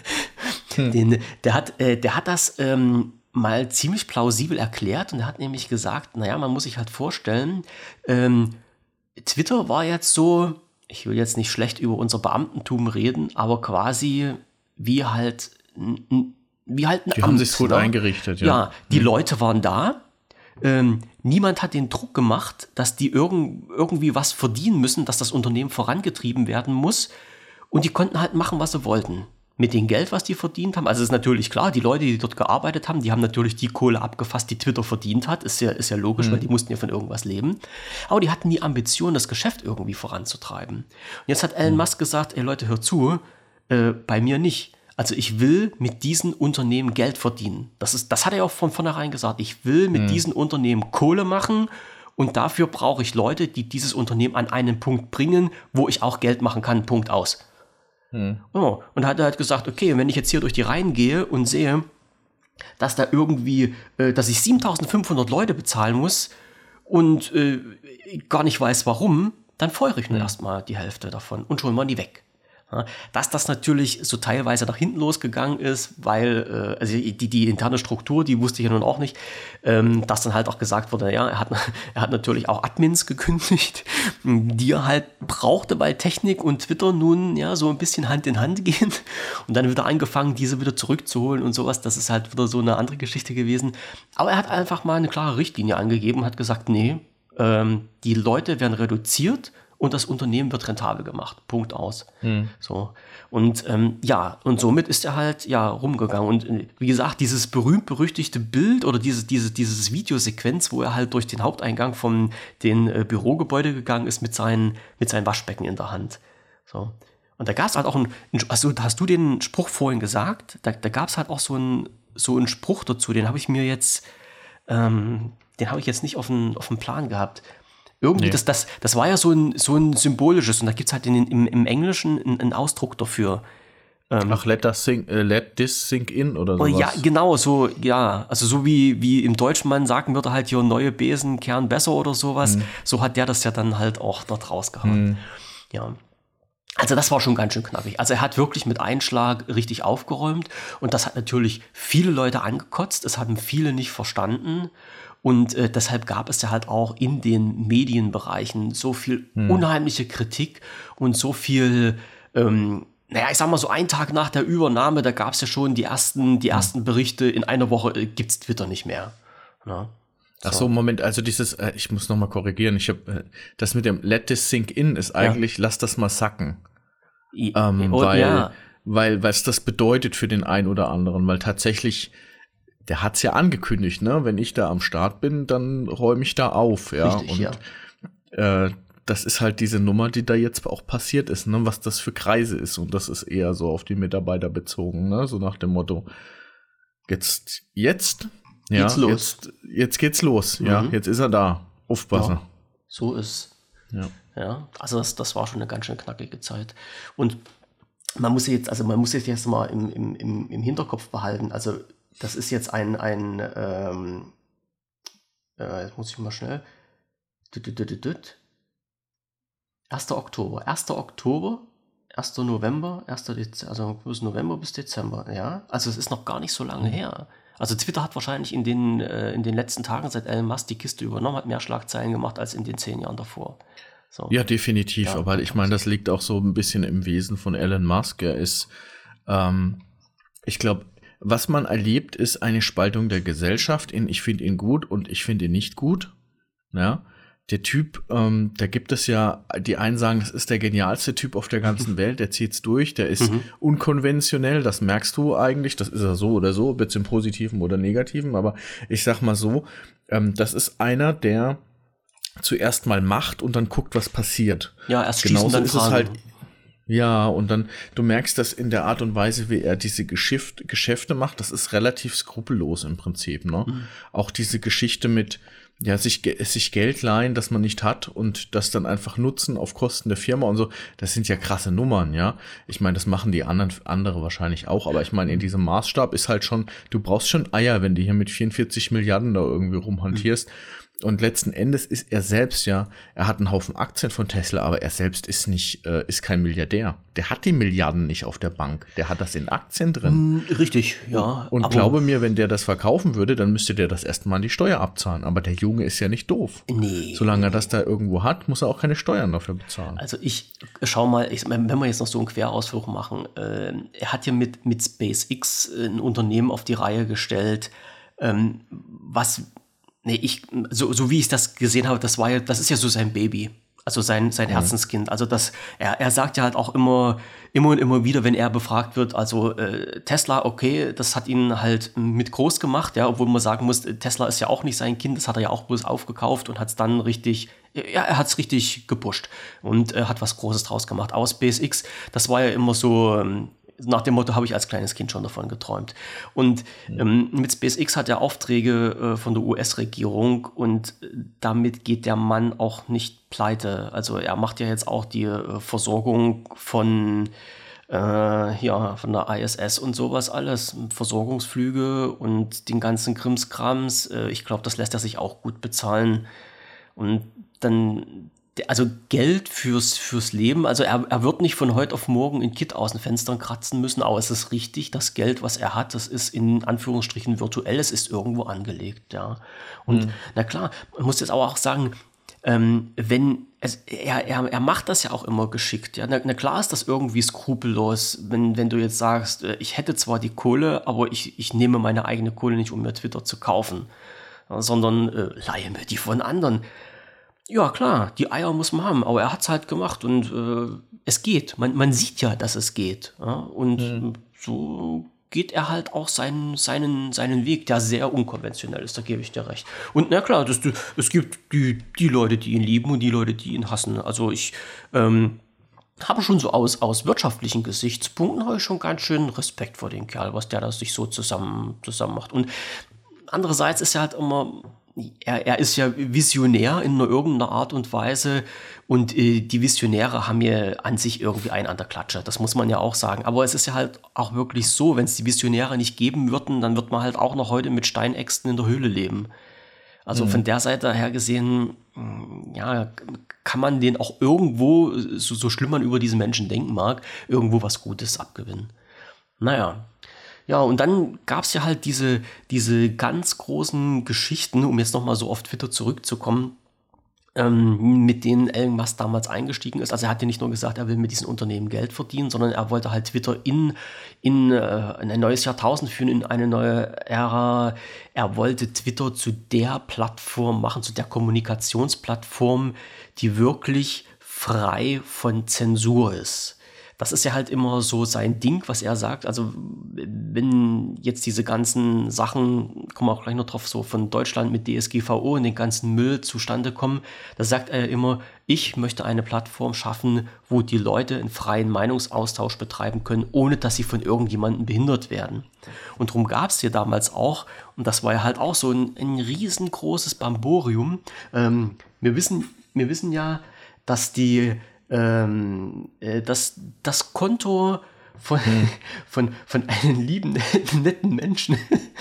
hm. den, der, hat, äh, der hat das ähm, mal ziemlich plausibel erklärt und er hat nämlich gesagt, naja, man muss sich halt vorstellen, ähm, Twitter war jetzt so, ich will jetzt nicht schlecht über unser Beamtentum reden, aber quasi wie halt, wie halt ein Die Amt, haben sich gut ne? eingerichtet, ja. Ja, die mhm. Leute waren da. Ähm, niemand hat den Druck gemacht, dass die irgend, irgendwie was verdienen müssen, dass das Unternehmen vorangetrieben werden muss. Und die konnten halt machen, was sie wollten. Mit dem Geld, was die verdient haben. Also ist natürlich klar, die Leute, die dort gearbeitet haben, die haben natürlich die Kohle abgefasst, die Twitter verdient hat. Ist ja, ist ja logisch, mhm. weil die mussten ja von irgendwas leben. Aber die hatten die Ambition, das Geschäft irgendwie voranzutreiben. Und jetzt hat Elon mhm. Musk gesagt, ey Leute, hört zu, äh, bei mir nicht. Also ich will mit diesen Unternehmen Geld verdienen. Das ist, das hat er auch von vornherein gesagt. Ich will mit mhm. diesen Unternehmen Kohle machen und dafür brauche ich Leute, die dieses Unternehmen an einen Punkt bringen, wo ich auch Geld machen kann, Punkt aus. Hm. Oh, und hat er halt gesagt, okay, wenn ich jetzt hier durch die Reihen gehe und sehe, dass da irgendwie, äh, dass ich siebentausendfünfhundert Leute bezahlen muss und äh, gar nicht weiß warum, dann feuere ich nur hm. erstmal die Hälfte davon und schon mal die weg. Ja, dass das natürlich so teilweise nach hinten losgegangen ist, weil, äh, also die, die interne Struktur, die wusste ich ja nun auch nicht, ähm, dass dann halt auch gesagt wurde, ja, er hat, er hat natürlich auch Admins gekündigt, die er halt brauchte, weil Technik und Twitter nun ja so ein bisschen Hand in Hand gehen und dann wieder angefangen, diese wieder zurückzuholen und sowas, das ist halt wieder so eine andere Geschichte gewesen. Aber er hat einfach mal eine klare Richtlinie angegeben, hat gesagt, nee, ähm, die Leute werden reduziert und das Unternehmen wird rentabel gemacht. Punkt aus. Hm. So. Und ähm, ja, und somit ist er halt ja rumgegangen. Und äh, wie gesagt, dieses berühmt-berüchtigte Bild oder diese, diese, dieses Videosequenz, wo er halt durch den Haupteingang von den äh, Bürogebäude gegangen ist mit seinen, mit seinem Waschbecken in der Hand. So. Und da gab es halt auch einen, also hast du den Spruch vorhin gesagt? Da, da gab es halt auch so einen, so einen Spruch dazu, den habe ich mir jetzt, ähm, den habe ich jetzt nicht auf dem auf dem Plan gehabt. Irgendwie, nee. das, das, das war ja so ein, so ein symbolisches, und da gibt es halt in, im, im Englischen einen, einen Ausdruck dafür. Ähm, Ach, let, us sink, uh, let this sink in oder sowas? Ja, genau, so, ja, also so wie, wie im Deutschen man sagen würde, halt hier neue Besen kehren besser oder sowas, hm. so hat der das ja dann halt auch dort rausgehauen. Hm. Ja. Also das war schon ganz schön knackig. Also er hat wirklich mit Einschlag richtig aufgeräumt und das hat natürlich viele Leute angekotzt, es haben viele nicht verstanden. Und äh, deshalb gab es ja halt auch in den Medienbereichen so viel hm. unheimliche Kritik und so viel, ähm, naja, ich sag mal so einen Tag nach der Übernahme, da gab es ja schon die ersten, die ersten hm. Berichte, in einer Woche äh, gibt's Twitter nicht mehr. Na? So. Ach so, Moment, also dieses, äh, ich muss nochmal korrigieren, ich habe äh, das mit dem Let this sink in ist eigentlich, ja. lass das mal sacken. I, ähm, oh, weil, ja. weil, was das bedeutet für den einen oder anderen, weil tatsächlich der hat's ja angekündigt, ne? Wenn ich da am Start bin, dann räume ich da auf, ja. Richtig, und ja. Äh, das ist halt diese Nummer, die da jetzt auch passiert ist, ne? Was das für Kreise ist. Und das ist eher so auf die Mitarbeiter bezogen, ne? So nach dem Motto, jetzt, jetzt, ja, geht's los. Jetzt, jetzt geht's los, mhm. ja. Jetzt ist er da. Aufpassen. Ja, so ist. Ja. Ja, also das, das war schon eine ganz schön knackige Zeit. Und man muss jetzt, also man muss jetzt jetzt mal im, im, im, im Hinterkopf behalten, also das ist jetzt ein, ein ähm, äh, jetzt muss ich mal schnell. erster Oktober. erster Oktober, erster November, erster Dezember, also bis November bis Dezember, ja. Also es ist noch gar nicht so lange mhm. her. Also Twitter hat wahrscheinlich in den, äh, in den letzten Tagen, seit Elon Musk die Kiste übernommen hat, mehr Schlagzeilen gemacht als in den zehn Jahren davor. So. Ja, definitiv. Ja, aber ich meine, das liegt auch so ein bisschen im Wesen von Elon Musk. Er ist, ähm, ich glaube, was man erlebt, ist eine Spaltung der Gesellschaft in ich finde ihn gut und ich finde ihn nicht gut. Ja, der Typ, ähm, da gibt es ja, die einen sagen, das ist der genialste Typ auf der ganzen Welt, der zieht's durch, der ist mhm. unkonventionell, das merkst du eigentlich, das ist er so oder so, ob jetzt im Positiven oder Negativen, aber ich sag mal so, ähm, das ist einer, der zuerst mal macht und dann guckt, was passiert. Ja, erst schießen, genauso dann ist fragen. Es halt. Ja, und dann, du merkst das in der Art und Weise, wie er diese Geschäft, Geschäfte macht, das ist relativ skrupellos im Prinzip, ne? Mhm. Auch diese Geschichte mit, ja, sich, sich Geld leihen, das man nicht hat und das dann einfach nutzen auf Kosten der Firma und so, das sind ja krasse Nummern, ja. Ich meine, das machen die anderen, andere wahrscheinlich auch, aber ich meine, in diesem Maßstab ist halt schon, du brauchst schon Eier, wenn du hier mit vierundvierzig Milliarden da irgendwie rumhantierst. Mhm. Und letzten Endes ist er selbst ja, er hat einen Haufen Aktien von Tesla, aber er selbst ist nicht, äh, ist kein Milliardär. Der hat die Milliarden nicht auf der Bank. Der hat das in Aktien drin. Richtig, ja. Und aber glaube mir, wenn der das verkaufen würde, dann müsste der das erstmal an die Steuer abzahlen. Aber der Junge ist ja nicht doof. Nee. Solange er das da irgendwo hat, muss er auch keine Steuern dafür bezahlen. Also ich schau mal, ich, wenn wir jetzt noch so einen Querausflug machen, äh, er hat ja mit, mit SpaceX ein Unternehmen auf die Reihe gestellt, ähm, was Nee, ich, so, so wie ich das gesehen habe, das war ja, das ist ja so sein Baby. Also sein, sein mhm. Herzenskind. Also das, er, er sagt ja halt auch immer, immer und immer wieder, wenn er befragt wird, also äh, Tesla, okay, das hat ihn halt mit groß gemacht, ja, obwohl man sagen muss, Tesla ist ja auch nicht sein Kind, das hat er ja auch bloß aufgekauft und hat es dann richtig, ja, er hat es richtig gepusht und äh, hat was Großes draus gemacht. Aber SpaceX, das war ja immer so, ähm, nach dem Motto habe ich als kleines Kind schon davon geträumt. Und ähm, mit SpaceX hat er Aufträge äh, von der U S-Regierung und äh, damit geht der Mann auch nicht pleite. Also er macht ja jetzt auch die äh, Versorgung von, äh, ja, von der I S S und sowas alles, Versorgungsflüge und den ganzen Krimskrams. Äh, ich glaube, das lässt er sich auch gut bezahlen. Und dann also Geld fürs, fürs Leben, also er, er wird nicht von heute auf morgen ein Kit aus den Fenstern kratzen müssen, aber es ist richtig, das Geld, was er hat, das ist in Anführungsstrichen virtuell, es ist irgendwo angelegt, ja. Und mhm. na klar, man muss jetzt aber auch sagen, ähm, wenn, es, er, er, er macht das ja auch immer geschickt, ja. Na, na klar ist das irgendwie skrupellos, wenn, wenn du jetzt sagst, ich hätte zwar die Kohle, aber ich, ich nehme meine eigene Kohle nicht, um mir Twitter zu kaufen, ja, sondern äh, leihe mir die von anderen. Ja, klar, die Eier muss man haben, aber er hat es halt gemacht und äh, es geht. Man, man sieht ja, dass es geht. Ja? Und mhm. so geht er halt auch seinen, seinen, seinen Weg, der sehr unkonventionell ist, da gebe ich dir recht. Und na klar, das, es gibt die, die Leute, die ihn lieben und die Leute, die ihn hassen. Also ich ähm, habe schon so aus, aus wirtschaftlichen Gesichtspunkten habe ich schon ganz schön Respekt vor dem Kerl, was der da sich so zusammen, zusammen macht. Und andererseits ist er halt immer... Er, er ist ja visionär in irgendeiner Art und Weise und äh, die Visionäre haben ja an sich irgendwie einen an der Klatsche, das muss man ja auch sagen. Aber es ist ja halt auch wirklich so, wenn es die Visionäre nicht geben würden, dann wird man halt auch noch heute mit Steinäxten in der Höhle leben. Also mhm. von der Seite her gesehen, ja, kann man den auch irgendwo, so, so schlimm man über diesen Menschen denken mag, irgendwo was Gutes abgewinnen. Naja. Ja, und dann gab es ja halt diese, diese ganz großen Geschichten, um jetzt nochmal so auf Twitter zurückzukommen, ähm, mit denen Elon Musk damals eingestiegen ist. Also er hat ja nicht nur gesagt, er will mit diesen Unternehmen Geld verdienen, sondern er wollte halt Twitter in, in, äh, in ein neues Jahrtausend führen, in eine neue Ära. Er wollte Twitter zu der Plattform machen, zu der Kommunikationsplattform, die wirklich frei von Zensur ist. Das ist ja halt immer so sein Ding, was er sagt. Also wenn jetzt diese ganzen Sachen, kommen wir auch gleich noch drauf, so von Deutschland mit D S G V O und den ganzen Müll zustande kommen, da sagt er immer, ich möchte eine Plattform schaffen, wo die Leute einen freien Meinungsaustausch betreiben können, ohne dass sie von irgendjemandem behindert werden. Und darum gab es hier damals auch, und das war ja halt auch so ein, ein riesengroßes Bamborium. Ähm, wir wissen, wir wissen ja, dass die Ähm, äh, dass das Konto von, hm. von, von einem lieben, netten Menschen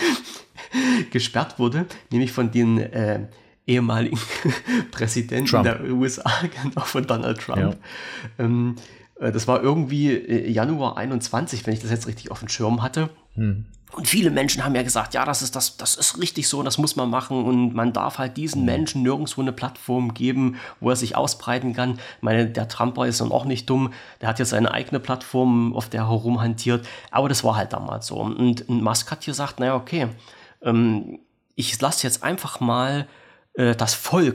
gesperrt wurde, nämlich von den äh, ehemaligen Präsidenten Trump. Der U S A, genau, von Donald Trump. Ja. Ähm, äh, das war irgendwie äh, Januar einundzwanzig, wenn ich das jetzt richtig auf dem Schirm hatte. Hm. Und viele Menschen haben ja gesagt, ja, das ist, das, das ist richtig so, das muss man machen und man darf halt diesen Menschen nirgendwo eine Plattform geben, wo er sich ausbreiten kann. Ich meine, der Trumper ist dann auch nicht dumm, der hat ja seine eigene Plattform, auf der er herumhantiert, aber das war halt damals so. Und Musk hat gesagt, naja, okay, ähm, ich lasse jetzt einfach mal äh, das Volk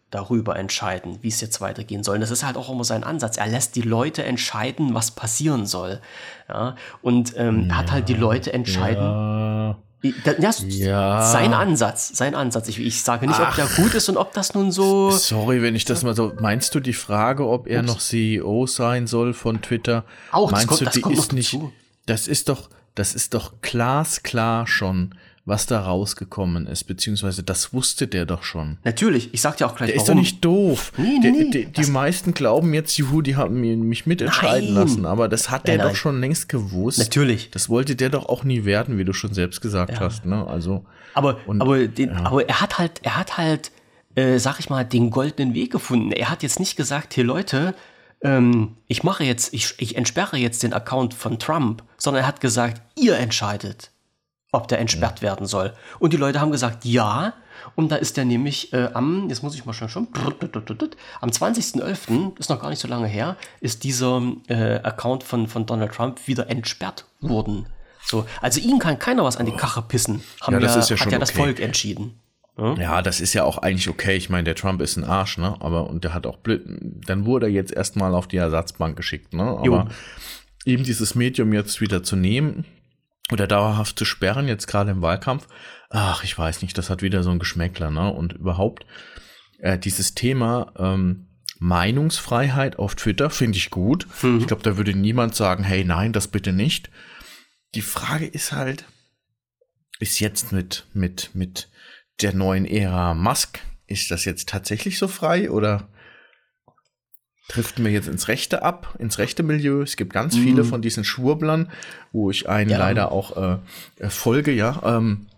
darüber entscheiden, wie es jetzt weitergehen soll. Und das ist halt auch immer sein Ansatz. Er lässt die Leute entscheiden, was passieren soll. Ja, und ähm, ja, hat halt die Leute entscheiden. Ja. Ja, Ja. Sein Ansatz, sein Ansatz. Ich, ich sage nicht, Ach. ob der gut ist und ob das nun so... Sorry, wenn ich das mal so... Meinst du die Frage, ob er Ups. noch C E O sein soll von Twitter? Auch, meinst das kommt, du, das die kommt ist noch nicht, dazu. Das ist doch, das ist doch glasklar schon, was da rausgekommen ist, beziehungsweise das wusste der doch schon. Natürlich, ich sag dir auch gleich, der warum. ist doch nicht doof. Nee, nee, nee, die die meisten glauben jetzt, juhu, die haben mich mitentscheiden nein. lassen, aber das hat nein, der nein. doch schon längst gewusst. Natürlich. Das wollte der doch auch nie werden, wie du schon selbst gesagt ja. hast. Ne? Also, aber, und, aber, den, ja. aber er hat halt, er hat halt, äh, sag ich mal, den goldenen Weg gefunden. Er hat jetzt nicht gesagt, hier Leute, ähm, ich mache jetzt, ich, ich entsperre jetzt den Account von Trump, sondern er hat gesagt, ihr entscheidet, ob der entsperrt ja. werden soll. Und die Leute haben gesagt, ja. Und da ist der nämlich äh, am, jetzt muss ich mal schon schon, am zwanzigsten elften, ist noch gar nicht so lange her, ist dieser äh, Account von, von Donald Trump wieder entsperrt worden. So, also ihm kann keiner was an die Kache pissen. Haben ja, das ja, ist ja hat schon ja das okay. Volk entschieden. Hm? Ja, das ist ja auch eigentlich okay. Ich meine, der Trump ist ein Arsch, ne? Aber und der hat auch blöd, dann wurde er jetzt erstmal auf die Ersatzbank geschickt, ne? Aber jo. eben dieses Medium jetzt wieder zu nehmen oder dauerhaft zu sperren, jetzt gerade im Wahlkampf, ach, ich weiß nicht, das hat wieder so ein Geschmäckler, ne? Und überhaupt äh, dieses Thema ähm, Meinungsfreiheit auf Twitter finde ich gut. Mhm. Ich glaube, da würde niemand sagen, hey, nein, das bitte nicht. Die Frage ist halt, ist jetzt mit mit mit der neuen Ära Musk, ist das jetzt tatsächlich so frei oder trifft mir jetzt ins Rechte ab, ins rechte Milieu? Es gibt ganz mm. viele von diesen Schwurblern, wo ich einen ja. leider auch äh, folge, ja. Ähm,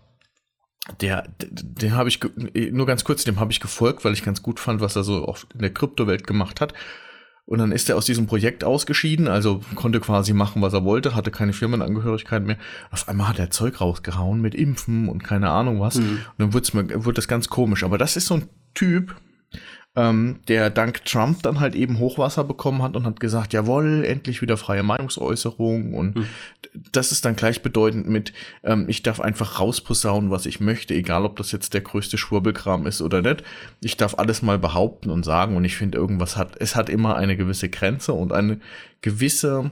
der, den habe ich, nur ganz kurz, dem habe ich gefolgt, weil ich ganz gut fand, was er so auch in der Kryptowelt gemacht hat. Und dann ist er aus diesem Projekt ausgeschieden, also konnte quasi machen, was er wollte, hatte keine Firmenangehörigkeit mehr. Auf einmal hat er Zeug rausgehauen mit Impfen und keine Ahnung was. Mhm. Und dann wird's mir, wird das ganz komisch. Aber das ist so ein Typ, ähm, der dank Trump dann halt eben Hochwasser bekommen hat und hat gesagt, jawohl, endlich wieder freie Meinungsäußerung. Und mhm. das ist dann gleichbedeutend mit, ähm, ich darf einfach rausposaunen, was ich möchte, egal ob das jetzt der größte Schwurbelkram ist oder nicht. Ich darf alles mal behaupten und sagen. Und ich finde, irgendwas hat, es hat immer eine gewisse Grenze und eine gewisse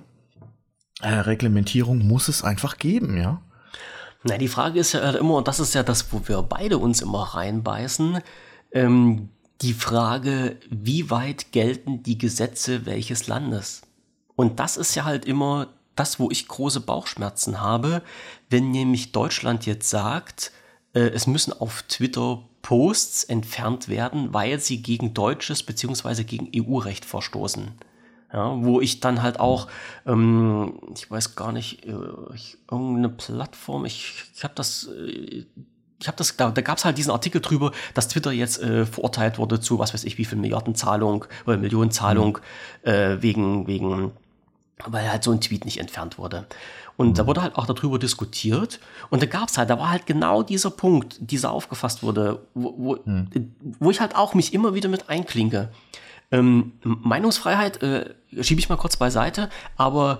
äh, Reglementierung muss es einfach geben, ja. Na, die Frage ist ja immer, und das ist ja das, wo wir beide uns immer reinbeißen, ähm, die Frage, wie weit gelten die Gesetze welches Landes? Und das ist ja halt immer das, wo ich große Bauchschmerzen habe, wenn nämlich Deutschland jetzt sagt, äh, es müssen auf Twitter Posts entfernt werden, weil sie gegen deutsches bzw. gegen E U-Recht verstoßen. Ja, wo ich dann halt auch, ähm, ich weiß gar nicht, äh, ich, irgendeine Plattform, ich, ich habe das... Äh, Ich habe das, da, da gab es halt diesen Artikel drüber, dass Twitter jetzt äh, verurteilt wurde zu, was weiß ich, wie viel Milliardenzahlung oder Millionenzahlung mhm. äh, wegen, wegen, weil halt so ein Tweet nicht entfernt wurde. Und mhm. da wurde halt auch darüber diskutiert. Und da gab es halt, da war halt genau dieser Punkt, dieser aufgefasst wurde, wo, wo, mhm. wo ich halt auch mich immer wieder mit einklinke. Ähm, Meinungsfreiheit äh, schiebe ich mal kurz beiseite, aber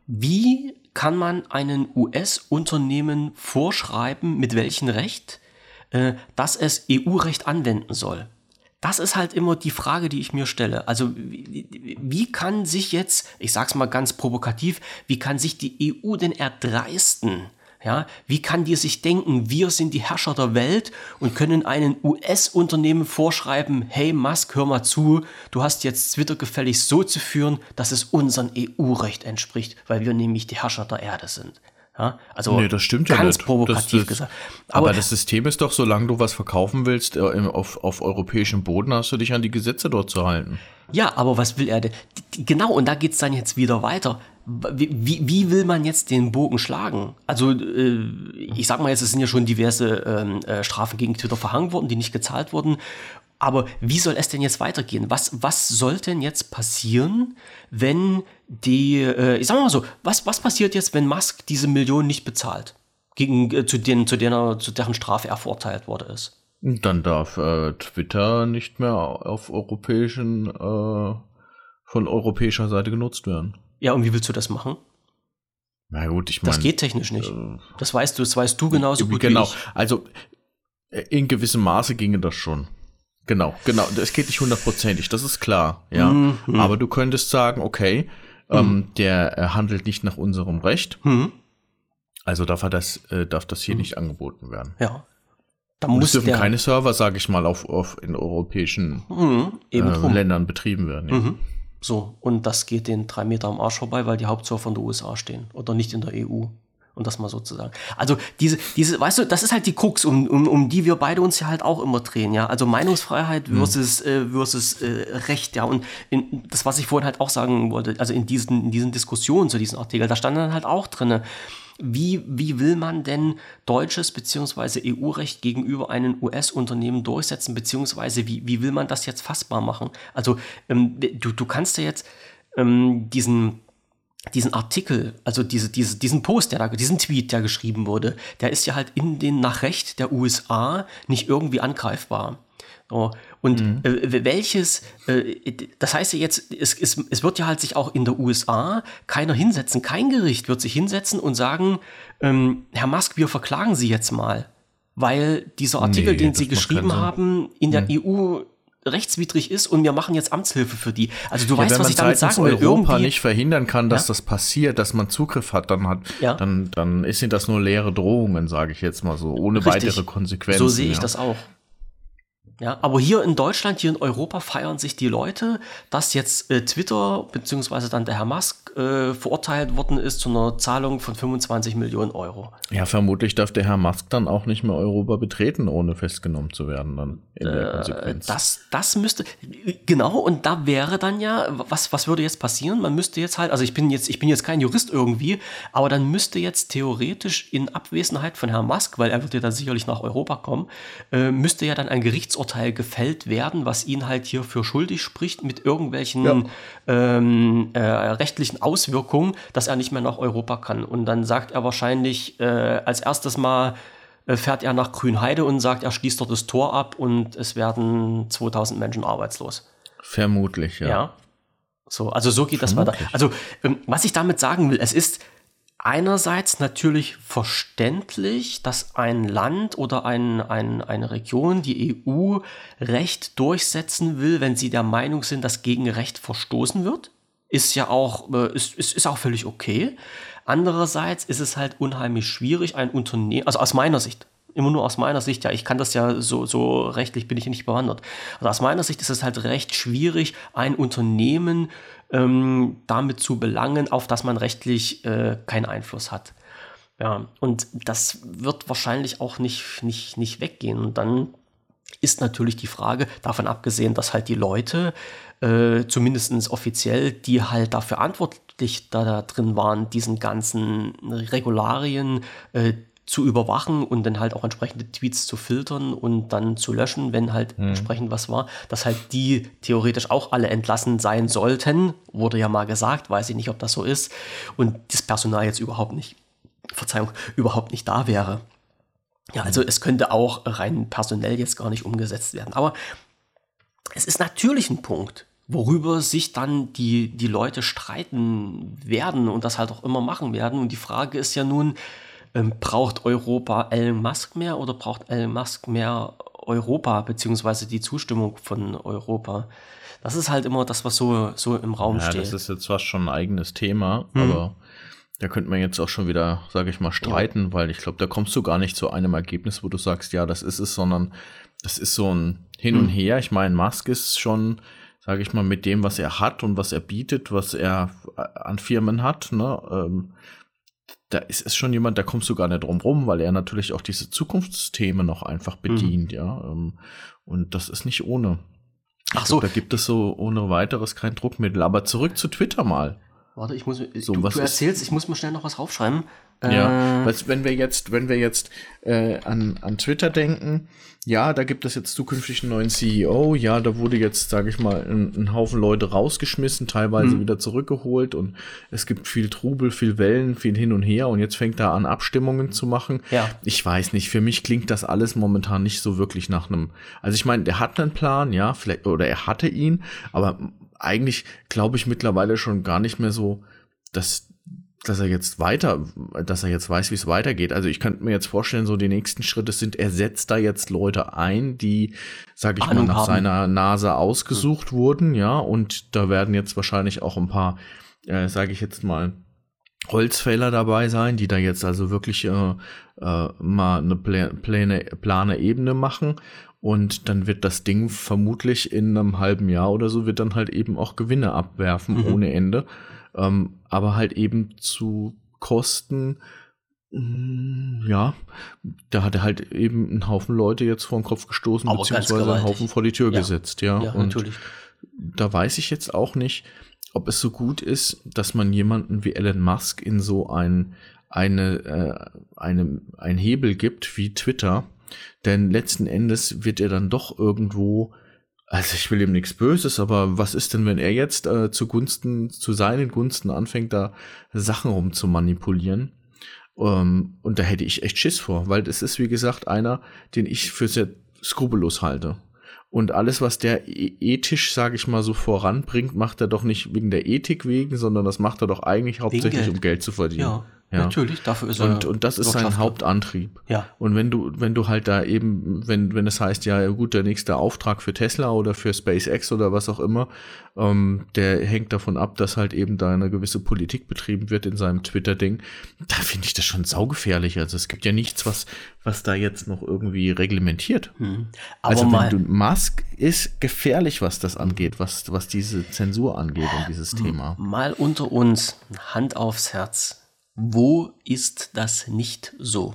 wie kann man einem U S-Unternehmen vorschreiben, mit welchem Recht, äh, dass es E U-Recht anwenden soll? Das ist halt immer die Frage, die ich mir stelle. Also wie, wie kann sich jetzt, ich sag's mal ganz provokativ, wie kann sich die E U denn erdreisten? Ja, wie kann die sich denken, wir sind die Herrscher der Welt und können einem U S-Unternehmen vorschreiben, hey Musk, hör mal zu, du hast jetzt Twitter gefälligst so zu führen, dass es unserem E U-Recht entspricht, weil wir nämlich die Herrscher der Erde sind. Ja, also nee, das stimmt ja ganz nicht. provokativ das, das, gesagt. Aber, aber das System ist doch, solange du was verkaufen willst, auf, auf europäischem Boden hast du dich an die Gesetze dort zu halten. Ja, aber was will er denn? Genau, und da geht's dann jetzt wieder weiter. Wie, wie, wie will man jetzt den Bogen schlagen? Also äh, ich sag mal jetzt, es sind ja schon diverse äh, Strafen gegen Twitter verhangen worden, die nicht gezahlt wurden. Aber wie soll es denn jetzt weitergehen? Was, was soll denn jetzt passieren, wenn die, äh, ich sag mal so, was, was passiert jetzt, wenn Musk diese Million nicht bezahlt, gegen, äh, zu, den, zu, denen, zu deren Strafe er verurteilt worden ist? Dann darf äh, Twitter nicht mehr auf europäischen, äh, von europäischer Seite genutzt werden. Ja, und wie willst du das machen? Na gut, ich meine. Das geht technisch nicht. Äh, das weißt du, das weißt du genauso gut genau. wie ich. Also in gewissem Maße ginge das schon. Genau, genau. Es geht nicht hundertprozentig, das ist klar, ja. Mhm. Aber du könntest sagen, okay, Mhm. ähm, der äh, handelt nicht nach unserem Recht, Mhm. also darf er das, äh, darf das hier mhm. nicht angeboten werden. Ja. Da Und muss es dürfen der, keine Server, sage ich mal, auf, auf in europäischen mhm, eben äh, drum. Ländern betrieben werden. Ja. Mhm. So, und das geht den drei Meter am Arsch vorbei, weil die Hauptserver in den U S A stehen oder nicht in der E U. Und das mal sozusagen. Also diese, diese, weißt du, das ist halt die Krux, um, um, um die wir beide uns ja halt auch immer drehen, ja. Also Meinungsfreiheit versus, mhm. äh, versus äh, Recht, ja. Und in, das, was ich vorhin halt auch sagen wollte, also in diesen, in diesen Diskussionen zu diesen Artikeln, da stand dann halt auch drin, wie, wie will man denn deutsches bzw. E U-Recht gegenüber einem U S-Unternehmen durchsetzen, beziehungsweise wie, wie will man das jetzt fassbar machen? Also ähm, du, du kannst ja jetzt ähm, diesen diesen Artikel, also diese, diese, diesen Post, der da, diesen Tweet, der geschrieben wurde, der ist ja halt in den nach Recht der U S A nicht irgendwie angreifbar. So. Und mhm. äh, welches, äh, das heißt ja jetzt, es, es, es wird ja halt sich auch in der U S A keiner hinsetzen, kein Gericht wird sich hinsetzen und sagen, ähm, Herr Musk, wir verklagen Sie jetzt mal, weil dieser Artikel, nee, den Sie geschrieben haben, in der mhm. E U rechtswidrig ist und wir machen jetzt Amtshilfe für die. Also du ja, weißt, was ich damit sagen will. Wenn man Europa nicht verhindern kann, dass ja? das passiert, dass man Zugriff hat, dann hat, ja. dann, dann sind das nur leere Drohungen, sage ich jetzt mal so, ohne Richtig. weitere Konsequenzen. So sehe ich ja. das auch. Ja, aber hier in Deutschland, hier in Europa feiern sich die Leute, dass jetzt äh, Twitter beziehungsweise dann der Herr Musk äh, verurteilt worden ist zu einer Zahlung von fünfundzwanzig Millionen Euro. Ja, vermutlich darf der Herr Musk dann auch nicht mehr Europa betreten, ohne festgenommen zu werden dann in äh, der Konsequenz. Das, das müsste, genau, und da wäre dann ja, was, was würde jetzt passieren? Man müsste jetzt halt, also ich bin jetzt, ich bin jetzt kein Jurist irgendwie, aber dann müsste jetzt theoretisch in Abwesenheit von Herrn Musk, weil er wird ja dann sicherlich nach Europa kommen, äh, müsste ja dann ein Gerichtsurteil gefällt werden, was ihn halt hier für schuldig spricht mit irgendwelchen ja. ähm, äh, rechtlichen Auswirkungen, dass er nicht mehr nach Europa kann. Und dann sagt er wahrscheinlich äh, als erstes Mal äh, fährt er nach Grünheide und sagt, er schließt dort das Tor ab und es werden zweitausend Menschen arbeitslos. Vermutlich, ja. Ja. So, also so geht Vermutlich. das weiter. Also ähm, was ich damit sagen will, es ist einerseits natürlich verständlich, dass ein Land oder ein, ein, eine Region die E U Recht durchsetzen will, wenn sie der Meinung sind, dass gegen Recht verstoßen wird. Ist ja auch, äh, ist, ist, ist auch völlig okay. Andererseits ist es halt unheimlich schwierig, ein Unternehmen, also aus meiner Sicht, immer nur aus meiner Sicht, ja, ich kann das ja so, so rechtlich bin ich nicht bewandert. Also aus meiner Sicht ist es halt recht schwierig, ein Unternehmen ähm, damit zu belangen, auf das man rechtlich äh, keinen Einfluss hat. Ja, und das wird wahrscheinlich auch nicht, nicht, nicht weggehen. Und dann ist natürlich die Frage, davon abgesehen, dass halt die Leute, äh, zumindest offiziell, die halt dafür verantwortlich da, da drin waren, diesen ganzen Regularien äh, zu überwachen und dann halt auch entsprechende Tweets zu filtern und dann zu löschen, wenn halt mhm. entsprechend was war, dass halt die theoretisch auch alle entlassen sein sollten, wurde ja mal gesagt, weiß ich nicht, ob das so ist, und das Personal jetzt überhaupt nicht, Verzeihung, überhaupt nicht da wäre. Ja, also es könnte auch rein personell jetzt gar nicht umgesetzt werden, aber es ist natürlich ein Punkt, worüber sich dann die, die Leute streiten werden und das halt auch immer machen werden, und die Frage ist ja nun, Ähm, braucht Europa Elon Musk mehr oder braucht Elon Musk mehr Europa, beziehungsweise die Zustimmung von Europa? Das ist halt immer das, was so, so im Raum ja, steht. Das ist jetzt fast schon ein eigenes Thema, hm. aber da könnte man jetzt auch schon wieder, sage ich mal, streiten, ja. weil ich glaube, da kommst du gar nicht zu einem Ergebnis, wo du sagst, ja, das ist es, sondern das ist so ein Hin und hm. Her. Ich meine, Musk ist schon, sage ich mal, mit dem, was er hat und was er bietet, was er an Firmen hat, ne, ähm, da ist es schon jemand, da kommst du gar nicht drum rum, weil er natürlich auch diese Zukunftsthemen noch einfach bedient, mhm. ja. Und das ist nicht ohne. Ich Ach so. Glaub, da gibt es so ohne weiteres kein Druckmittel. Aber zurück zu Twitter mal. Warte, ich muss, so, du, was du erzählst, ist, ich muss mir schnell noch was raufschreiben. Ja, äh, wenn wir jetzt, wenn wir jetzt äh, an, an Twitter denken, ja, da gibt es jetzt zukünftig einen neuen C E O, ja, da wurde jetzt, sage ich mal, ein, ein Haufen Leute rausgeschmissen, teilweise mhm. wieder zurückgeholt, und es gibt viel Trubel, viel Wellen, viel hin und her, und jetzt fängt er an, Abstimmungen zu machen. Ja. Ich weiß nicht, für mich klingt das alles momentan nicht so wirklich nach einem, also ich meine, der hat einen Plan, ja, vielleicht, oder er hatte ihn, aber eigentlich glaube ich mittlerweile schon gar nicht mehr so, dass dass er jetzt weiter, dass er jetzt weiß, wie es weitergeht. Also ich könnte mir jetzt vorstellen, so die nächsten Schritte sind, er setzt da jetzt Leute ein, die, sag ich Ahnung mal, nach haben. seiner Nase ausgesucht mhm. wurden, ja, und da werden jetzt wahrscheinlich auch ein paar, äh, sage ich jetzt mal, Holzfäller dabei sein, die da jetzt also wirklich äh, äh, mal eine Pla- plane, plane Ebene machen. Und dann wird das Ding vermutlich in einem halben Jahr oder so, wird dann halt eben auch Gewinne abwerfen, mhm. ohne Ende. Ähm, aber halt eben zu Kosten, mh, ja, da hat er halt eben einen Haufen Leute jetzt vor den Kopf gestoßen, aber beziehungsweise einen Haufen vor die Tür ja. gesetzt, ja. Ja, und natürlich. Da weiß ich jetzt auch nicht, ob es so gut ist, dass man jemanden wie Elon Musk in so ein, eine, äh, eine, ein Hebel gibt wie Twitter, denn letzten Endes wird er dann doch irgendwo, also ich will ihm nichts Böses, aber was ist denn, wenn er jetzt äh, zugunsten, zu seinen Gunsten anfängt, da Sachen rum zu manipulieren? Ähm, und da hätte ich echt Schiss vor, weil das ist, wie gesagt, einer, den ich für sehr skrupellos halte. Und alles, was der ethisch, sage ich mal so, voranbringt, macht er doch nicht wegen der Ethik wegen, sondern das macht er doch eigentlich hauptsächlich, Geld. um Geld zu verdienen. Ja. Ja. Natürlich, dafür ist er. Und, und das ist sein Hauptantrieb. Ja. Und wenn du, wenn du halt da eben, wenn, wenn es heißt, ja, gut, der nächste Auftrag für Tesla oder für SpaceX oder was auch immer, ähm, der hängt davon ab, dass halt eben da eine gewisse Politik betrieben wird in seinem Twitter-Ding, da finde ich das schon saugefährlich. Also es gibt ja nichts, was, was da jetzt noch irgendwie reglementiert. Hm. Aber also mal, wenn du, Musk ist gefährlich, was das angeht, was, was diese Zensur angeht und dieses Thema. Mal unter uns, Hand aufs Herz. Wo ist das nicht so?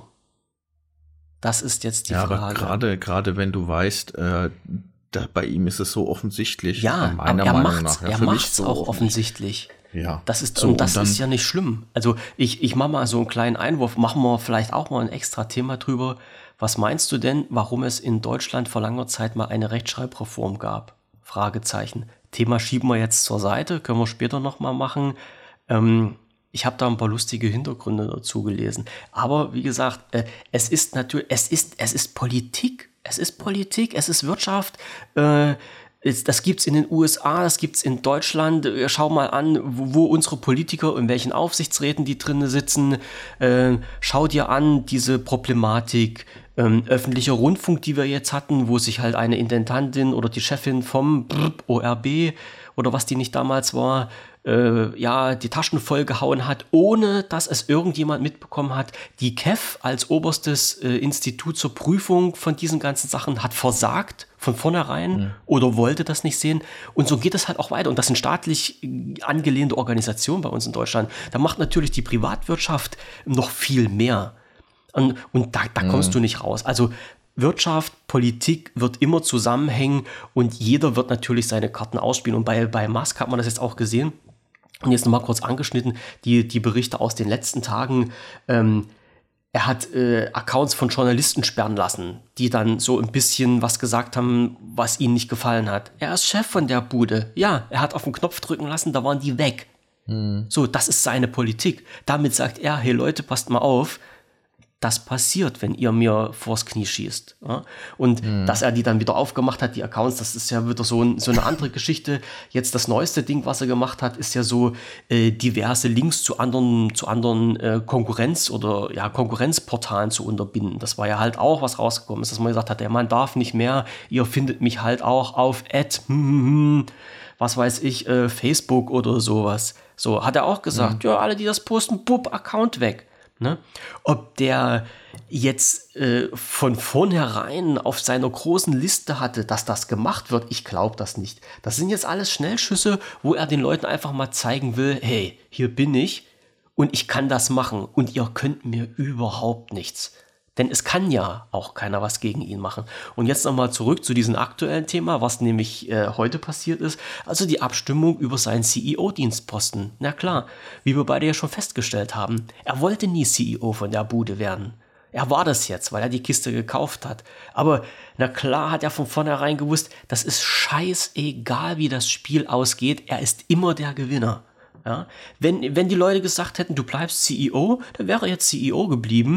Das ist jetzt die ja, Frage. Aber gerade, gerade wenn du weißt, äh, da, bei ihm ist es so offensichtlich. Ja, meiner er Meinung macht's, nach. Ja, er macht's so auch offensichtlich. Ja. Das ist, so, und das und dann, ist ja nicht schlimm. Also ich, ich mache mal so einen kleinen Einwurf, machen wir vielleicht auch mal ein extra Thema drüber. Was meinst du denn, warum es in Deutschland vor langer Zeit mal eine Rechtschreibreform gab? Fragezeichen. Thema schieben wir jetzt zur Seite, können wir später nochmal machen. Ähm, Ich habe da ein paar lustige Hintergründe dazu gelesen. Aber wie gesagt, äh, es ist natürlich, es ist, es ist Politik. Es ist Politik, es ist Wirtschaft. Äh, es, das gibt's in den U S A, das gibt's in Deutschland. Äh, schau mal an, wo, wo unsere Politiker, in welchen Aufsichtsräten die drin sitzen. Äh, schau dir an diese Problematik. Ähm, öffentlicher Rundfunk, die wir jetzt hatten, wo sich halt eine Intendantin oder die Chefin vom O R B oder was die nicht damals war, äh, ja, die Taschen vollgehauen hat, ohne dass es irgendjemand mitbekommen hat. Die K E F als oberstes äh, Institut zur Prüfung von diesen ganzen Sachen hat versagt von vornherein mhm. oder wollte das nicht sehen. Und so geht es halt auch weiter. Und das sind staatlich angelehnte Organisationen bei uns in Deutschland. Da macht natürlich die Privatwirtschaft noch viel mehr. Und, und da, da kommst mhm. du nicht raus. Also Wirtschaft, Politik wird immer zusammenhängen und jeder wird natürlich seine Karten ausspielen. Und bei, bei Musk hat man das jetzt auch gesehen. Und jetzt nochmal kurz angeschnitten, die, die Berichte aus den letzten Tagen. Ähm, er hat äh, Accounts von Journalisten sperren lassen, die dann so ein bisschen was gesagt haben, was ihnen nicht gefallen hat. Er ist Chef von der Bude. Ja, er hat auf den Knopf drücken lassen, da waren die weg. Mhm. So, das ist seine Politik. Damit sagt er, hey Leute, passt mal auf. Das passiert, wenn ihr mir vors Knie schießt. Ja? Und mhm. dass er die dann wieder aufgemacht hat, die Accounts, das ist ja wieder so, ein, so eine andere Geschichte. Jetzt das neueste Ding, was er gemacht hat, ist ja so äh, diverse Links zu anderen, zu anderen äh, Konkurrenz- oder ja, Konkurrenzportalen zu unterbinden. Das war ja halt auch, was rausgekommen ist, dass man gesagt hat, der Mann darf nicht mehr, ihr findet mich halt auch auf Ad, hm, hm, hm, was weiß ich, äh, Facebook oder sowas. So, hat er auch gesagt, mhm. ja, alle, die das posten, bupp, Account weg. Ne? Ob der jetzt äh, von vornherein auf seiner großen Liste hatte, dass das gemacht wird, ich glaube das nicht. Das sind jetzt alles Schnellschüsse, wo er den Leuten einfach mal zeigen will, hey, hier bin ich und ich kann das machen und ihr könnt mir überhaupt nichts. Denn es kann ja auch keiner was gegen ihn machen. Und jetzt nochmal zurück zu diesem aktuellen Thema, was nämlich äh, heute passiert ist. Also die Abstimmung über seinen C E O-Dienstposten. Na klar, wie wir beide ja schon festgestellt haben. Er wollte nie C E O von der Bude werden. Er war das jetzt, weil er die Kiste gekauft hat. Aber na klar hat er von vornherein gewusst, das ist scheißegal, wie das Spiel ausgeht. Er ist immer der Gewinner. Ja? Wenn, wenn die Leute gesagt hätten, du bleibst C E O, dann wäre er jetzt C E O geblieben.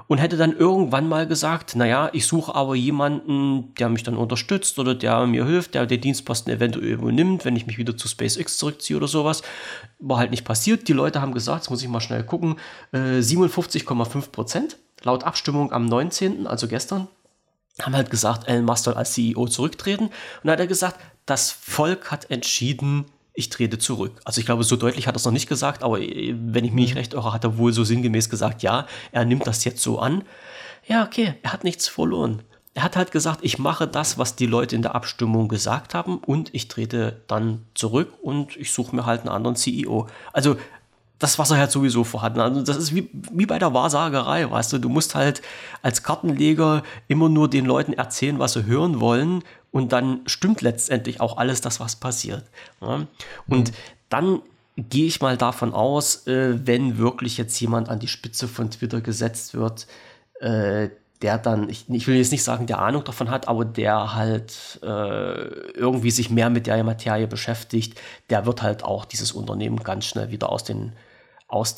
und hätte dann irgendwann mal gesagt, naja, ich suche aber jemanden, der mich dann unterstützt oder der mir hilft, der den Dienstposten eventuell übernimmt, wenn ich mich wieder zu SpaceX zurückziehe oder sowas. War halt nicht passiert. Die Leute haben gesagt, jetzt muss ich mal schnell gucken, äh, siebenundfünfzig Komma fünf Prozent laut Abstimmung am neunzehnten, also gestern, haben halt gesagt, Elon Musk soll als C E O zurücktreten. Und dann hat er gesagt, das Volk hat entschieden, ich trete zurück. Also ich glaube, so deutlich hat er es noch nicht gesagt, aber wenn ich mich nicht recht irre, hat er wohl so sinngemäß gesagt, ja, er nimmt das jetzt so an. Ja, okay, er hat nichts verloren. Er hat halt gesagt, ich mache das, was die Leute in der Abstimmung gesagt haben und ich trete dann zurück und ich suche mir halt einen anderen C E O. Also das, was er halt sowieso vorhat. Also das ist wie, wie bei der Wahrsagerei, weißt du, du musst halt als Kartenleger immer nur den Leuten erzählen, was sie hören wollen und dann stimmt letztendlich auch alles das, was passiert. Ja? Und mhm. dann gehe ich mal davon aus, äh, wenn wirklich jetzt jemand an die Spitze von Twitter gesetzt wird, äh, der dann, ich, ich will jetzt nicht sagen, der Ahnung davon hat, aber der halt äh, irgendwie sich mehr mit der Materie beschäftigt, der wird halt auch dieses Unternehmen ganz schnell wieder aus den aus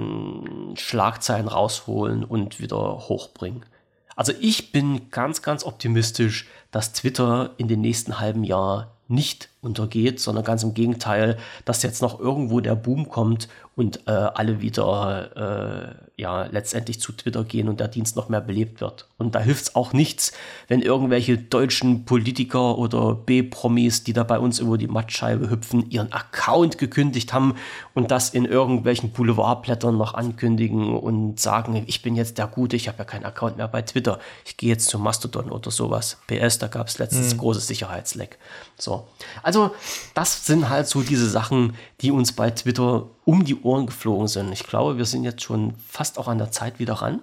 den Schlagzeilen rausholen und wieder hochbringen. Also ich bin ganz, ganz optimistisch, dass Twitter in den nächsten halben Jahr nicht untergeht, sondern ganz im Gegenteil, dass jetzt noch irgendwo der Boom kommt und äh, alle wieder äh, ja, letztendlich zu Twitter gehen und der Dienst noch mehr belebt wird. Und da hilft es auch nichts, wenn irgendwelche deutschen Politiker oder B-Promis, die da bei uns über die Mattscheibe hüpfen, ihren Account gekündigt haben und das in irgendwelchen Boulevardblättern noch ankündigen und sagen, ich bin jetzt der Gute, ich habe ja keinen Account mehr bei Twitter, ich gehe jetzt zu Mastodon oder sowas. P S, da gab es letztens mhm. großes Sicherheitsleck. So. Also das sind halt so diese Sachen, die uns bei Twitter um die Ohren geflogen sind. Ich glaube, wir sind jetzt schon fast auch an der Zeit wieder ran.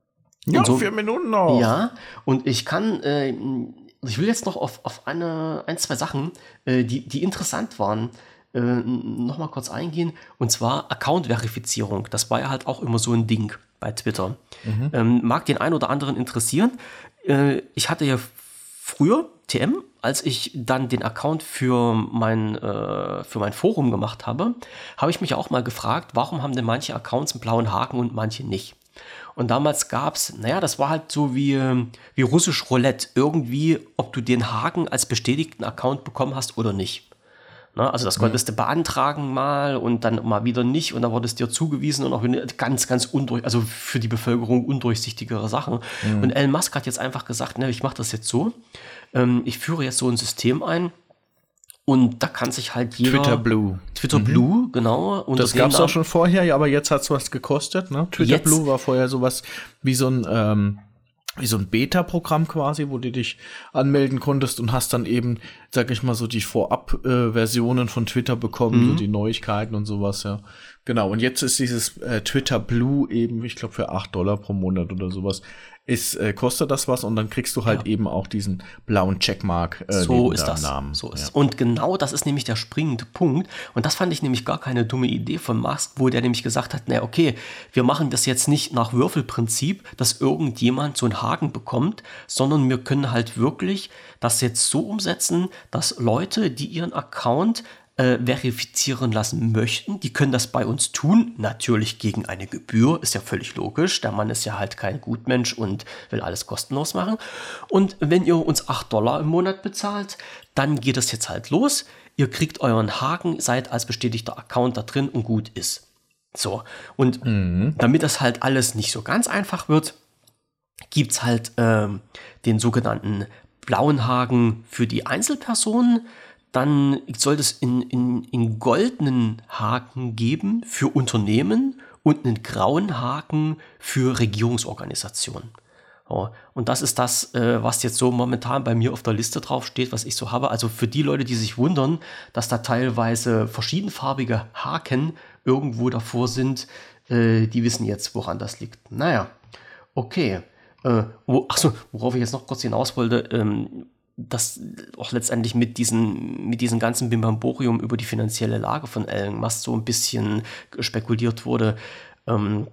Ja, so, vier Minuten noch. Ja, und ich kann, äh, ich will jetzt noch auf, auf eine, ein, zwei Sachen, äh, die, die interessant waren, äh, noch mal kurz eingehen. Und zwar Account-Verifizierung. Das war ja halt auch immer so ein Ding bei Twitter. Mhm. Ähm, mag den einen oder anderen interessieren. Äh, ich hatte ja früher T M, als ich dann den Account für mein, äh, für mein Forum gemacht habe, habe ich mich auch mal gefragt, warum haben denn manche Accounts einen blauen Haken und manche nicht? Und damals gab es, naja, das war halt so wie, wie russisch Roulette. Irgendwie, ob du den Haken als bestätigten Account bekommen hast oder nicht. Na, also das konntest du beantragen mal und dann mal wieder nicht und dann wurde es dir zugewiesen und auch eine ganz, ganz undurch, also für die Bevölkerung undurchsichtigere Sachen. Mhm. Und Elon Musk hat jetzt einfach gesagt, ne, ich mache das jetzt so, ähm, ich führe jetzt so ein System ein und da kann sich halt jeder... Twitter Blue. Twitter mhm. Blue, genau. Das gab es auch schon vorher, ja, aber jetzt hat es was gekostet. Ne? Twitter jetzt? Blue war vorher sowas wie so ein... Ähm wie so ein Beta-Programm quasi, wo du dich anmelden konntest und hast dann eben, sag ich mal, so die Vorab-Versionen äh, von Twitter bekommen, mhm. so die Neuigkeiten und sowas, ja. Genau, und jetzt ist dieses äh, Twitter Blue eben, ich glaube, für acht Dollar pro Monat oder sowas, ist, äh, kostet das was und dann kriegst du halt ja. eben auch diesen blauen Checkmark äh, so ist das. Namen. So ist ja. Und genau das ist nämlich der springende Punkt und das fand ich nämlich gar keine dumme Idee von Musk, wo der nämlich gesagt hat, na okay, wir machen das jetzt nicht nach Würfelprinzip, dass irgendjemand so einen Haken bekommt, sondern wir können halt wirklich das jetzt so umsetzen, dass Leute, die ihren Account Äh, verifizieren lassen möchten, die können das bei uns tun, natürlich gegen eine Gebühr, ist ja völlig logisch, der Mann ist ja halt kein Gutmensch und will alles kostenlos machen und wenn ihr uns acht Dollar im Monat bezahlt, dann geht es jetzt halt los, ihr kriegt euren Haken, seid als bestätigter Account da drin und gut ist. So, und mhm. damit das halt alles nicht so ganz einfach wird, gibt es halt äh, den sogenannten blauen Haken für die Einzelpersonen. Dann soll es in, in, in goldenen Haken geben für Unternehmen und einen grauen Haken für Regierungsorganisationen. So, und das ist das, äh, was jetzt so momentan bei mir auf der Liste drauf steht, was ich so habe. Also für die Leute, die sich wundern, dass da teilweise verschiedenfarbige Haken irgendwo davor sind, äh, die wissen jetzt, woran das liegt. Naja, okay. Äh, wo, achso, worauf ich jetzt noch kurz hinaus wollte, ähm, dass auch letztendlich mit diesen, mit diesem ganzen Bimbamborium über die finanzielle Lage von Elon Musk so ein bisschen spekuliert wurde. Ähm,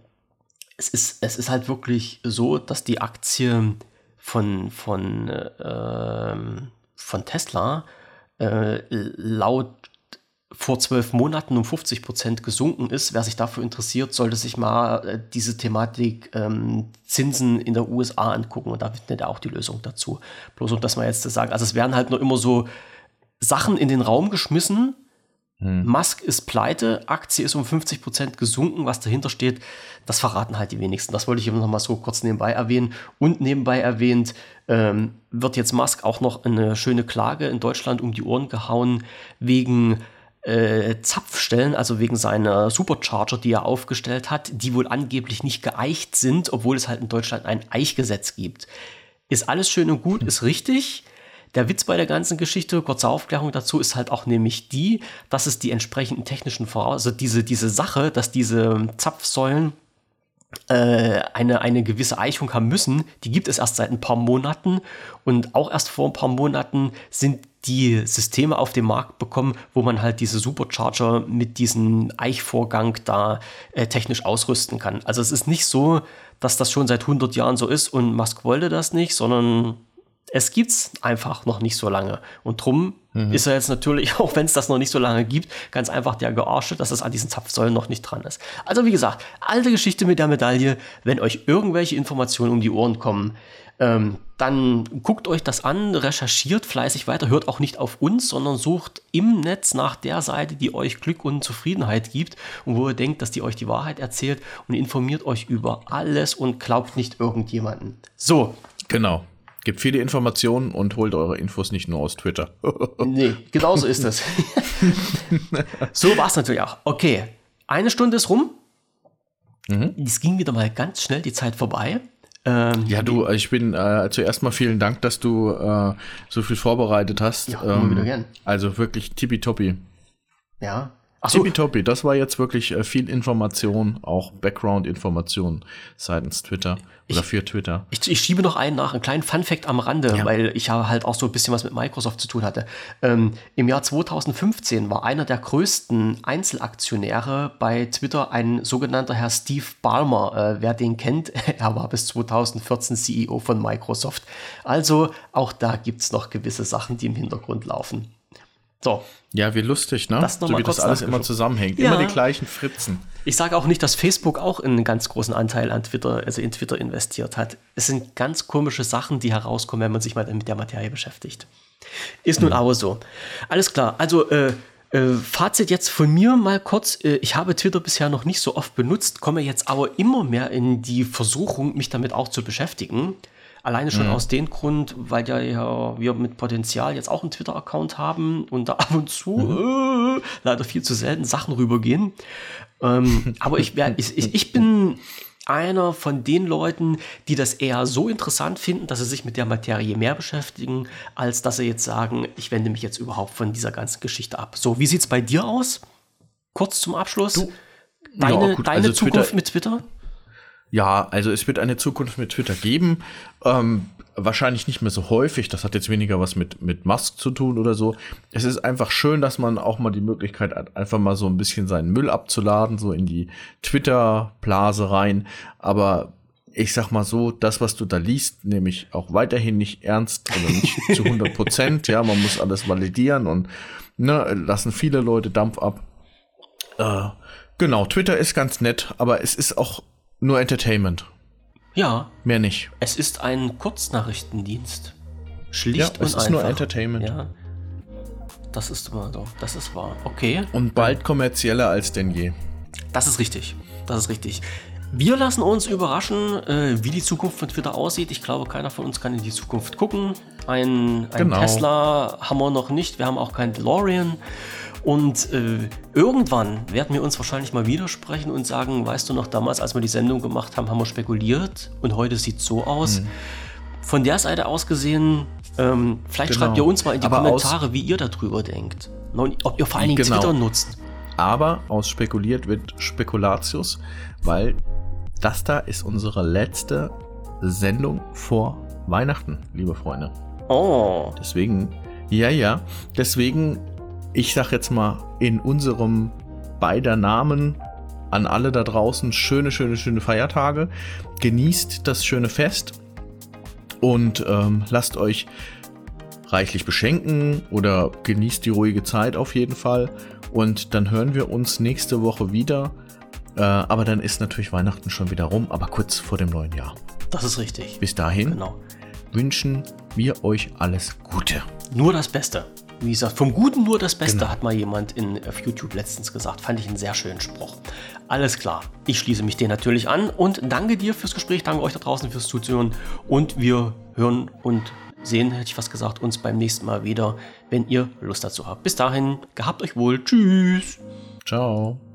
es ist, es ist halt wirklich so, dass die Aktie von, von, äh, von Tesla äh, laut vor zwölf Monaten um fünfzig Prozent gesunken ist. Wer sich dafür interessiert, sollte sich mal äh, diese Thematik ähm, Zinsen in der U S A angucken und da findet er auch die Lösung dazu. Bloß um das mal jetzt zu sagen. Also es werden halt nur immer so Sachen in den Raum geschmissen. Hm. Musk ist pleite, Aktie ist um fünfzig Prozent gesunken. Was dahinter steht, das verraten halt die wenigsten. Das wollte ich eben noch mal so kurz nebenbei erwähnen. Und nebenbei erwähnt ähm, wird jetzt Musk auch noch eine schöne Klage in Deutschland um die Ohren gehauen wegen Äh, Zapfstellen, also wegen seiner Supercharger, die er aufgestellt hat, die wohl angeblich nicht geeicht sind, obwohl es halt in Deutschland ein Eichgesetz gibt. Ist alles schön und gut, ist richtig. Der Witz bei der ganzen Geschichte, kurze Aufklärung dazu, ist halt auch nämlich die, dass es die entsprechenden technischen Voraussetzungen, also diese, diese Sache, dass diese Zapfsäulen äh, eine, eine gewisse Eichung haben müssen, die gibt es erst seit ein paar Monaten und auch erst vor ein paar Monaten sind die Systeme auf den Markt bekommen, wo man halt diese Supercharger mit diesem Eichvorgang da äh, technisch ausrüsten kann. Also es ist nicht so, dass das schon seit hundert Jahren so ist und Musk wollte das nicht, sondern es gibt es einfach noch nicht so lange. Und drum mhm. ist er jetzt natürlich, auch wenn es das noch nicht so lange gibt, ganz einfach der Gearsche, dass es an diesen Zapfsäulen noch nicht dran ist. Also wie gesagt, alte Geschichte mit der Medaille. Wenn euch irgendwelche Informationen um die Ohren kommen, ähm, dann guckt euch das an, recherchiert fleißig weiter, hört auch nicht auf uns, sondern sucht im Netz nach der Seite, die euch Glück und Zufriedenheit gibt und wo ihr denkt, dass die euch die Wahrheit erzählt und informiert euch über alles und glaubt nicht irgendjemanden. So. Genau. Gebt viele Informationen und holt eure Infos nicht nur aus Twitter. Nee, genau so ist das. So war es natürlich auch. Okay, eine Stunde ist rum. Mhm. Es ging wieder mal ganz schnell die Zeit vorbei. Ähm, ja, du, ich bin äh, zuerst mal vielen Dank, dass du äh, so viel vorbereitet hast. Ja, ähm, wieder gern. Also wirklich tippitoppi. Ja. Ach so. Tippitoppi, das war jetzt wirklich äh, viel Information, auch Background-Information seitens Twitter oder ich, für Twitter. Ich, ich schiebe noch einen nach, einen kleinen Fun-Fact am Rande, ja. weil ich ja halt auch so ein bisschen was mit Microsoft zu tun hatte. Ähm, Im Jahr zweitausendfünfzehn war einer der größten Einzelaktionäre bei Twitter ein sogenannter Herr Steve Ballmer. Äh, wer den kennt, er war bis zweitausendvierzehn C E O von Microsoft. Also auch da gibt es noch gewisse Sachen, die im Hintergrund laufen. So. Ja, wie lustig, ne? Das so wie das alles immer zusammenhängt. Ja. Immer die gleichen Fritzen. Ich sage auch nicht, dass Facebook auch einen ganz großen Anteil an Twitter, also in Twitter investiert hat. Es sind ganz komische Sachen, die herauskommen, wenn man sich mal mit der Materie beschäftigt. Ist nun mhm. aber so. Alles klar. Also, äh, äh, Fazit jetzt von mir mal kurz. Äh, ich habe Twitter bisher noch nicht so oft benutzt, komme jetzt aber immer mehr in die Versuchung, mich damit auch zu beschäftigen. Alleine schon mhm. aus dem Grund, weil ja, ja wir mit Potenzial jetzt auch einen Twitter-Account haben und da ab und zu mhm. äh, leider viel zu selten Sachen rübergehen. Ähm, aber ich, wär, ich, ich, ich bin einer von den Leuten, die das eher so interessant finden, dass sie sich mit der Materie mehr beschäftigen, als dass sie jetzt sagen, ich wende mich jetzt überhaupt von dieser ganzen Geschichte ab. So, wie sieht es bei dir aus? Kurz zum Abschluss. Du, deine ja, gut, deine also Zukunft Twitter, mit Twitter? Ja, also es wird eine Zukunft mit Twitter geben. Ähm, wahrscheinlich nicht mehr so häufig. Das hat jetzt weniger was mit, mit Musk zu tun oder so. Es ist einfach schön, dass man auch mal die Möglichkeit hat, einfach mal so ein bisschen seinen Müll abzuladen, so in die Twitter-Blase rein. Aber ich sag mal so, das, was du da liest, nehme ich auch weiterhin nicht ernst oder nicht zu hundert Prozent. Ja, man muss alles validieren und ne, lassen viele Leute Dampf ab. Äh, genau, Twitter ist ganz nett, aber es ist auch nur Entertainment. Ja. Mehr nicht. Es ist ein Kurznachrichtendienst. Schlicht ja, und einfach. Es ist nur Entertainment. Ja. Das ist immer so. Das ist wahr. Okay. Und bald kommerzieller als denn je. Das ist richtig. Das ist richtig. Wir lassen uns überraschen, äh, wie die Zukunft von Twitter aussieht. Ich glaube, keiner von uns kann in die Zukunft gucken. Ein, ein genau. Tesla haben wir noch nicht. Wir haben auch keinen DeLorean. Und äh, irgendwann werden wir uns wahrscheinlich mal widersprechen und sagen, weißt du noch, damals, als wir die Sendung gemacht haben, haben wir spekuliert und heute sieht es so aus. Hm. Von der Seite aus gesehen, ähm, vielleicht genau. schreibt ihr uns mal in die Aber Kommentare, wie ihr darüber denkt. Und ob ihr vor allen Dingen genau. Twitter nutzt. Aber aus spekuliert wird Spekulatius, weil das da ist unsere letzte Sendung vor Weihnachten, liebe Freunde. Oh. Deswegen, ja, ja, deswegen... Ich sag jetzt mal in unserem beider Namen an alle da draußen schöne, schöne, schöne Feiertage. Genießt das schöne Fest und ähm, lasst euch reichlich beschenken oder genießt die ruhige Zeit auf jeden Fall. Und dann hören wir uns nächste Woche wieder. Äh, aber dann ist natürlich Weihnachten schon wieder rum, aber kurz vor dem neuen Jahr. Das ist richtig. Bis dahin genau. wünschen wir euch alles Gute. Nur das Beste. Wie gesagt, vom Guten nur das Beste, genau. hat mal jemand in, auf YouTube letztens gesagt. Fand ich einen sehr schönen Spruch. Alles klar. Ich schließe mich dir natürlich an und danke dir fürs Gespräch. Danke euch da draußen fürs Zuzuhören. Und wir hören und sehen, hätte ich fast gesagt, uns beim nächsten Mal wieder, wenn ihr Lust dazu habt. Bis dahin, gehabt euch wohl. Tschüss. Ciao.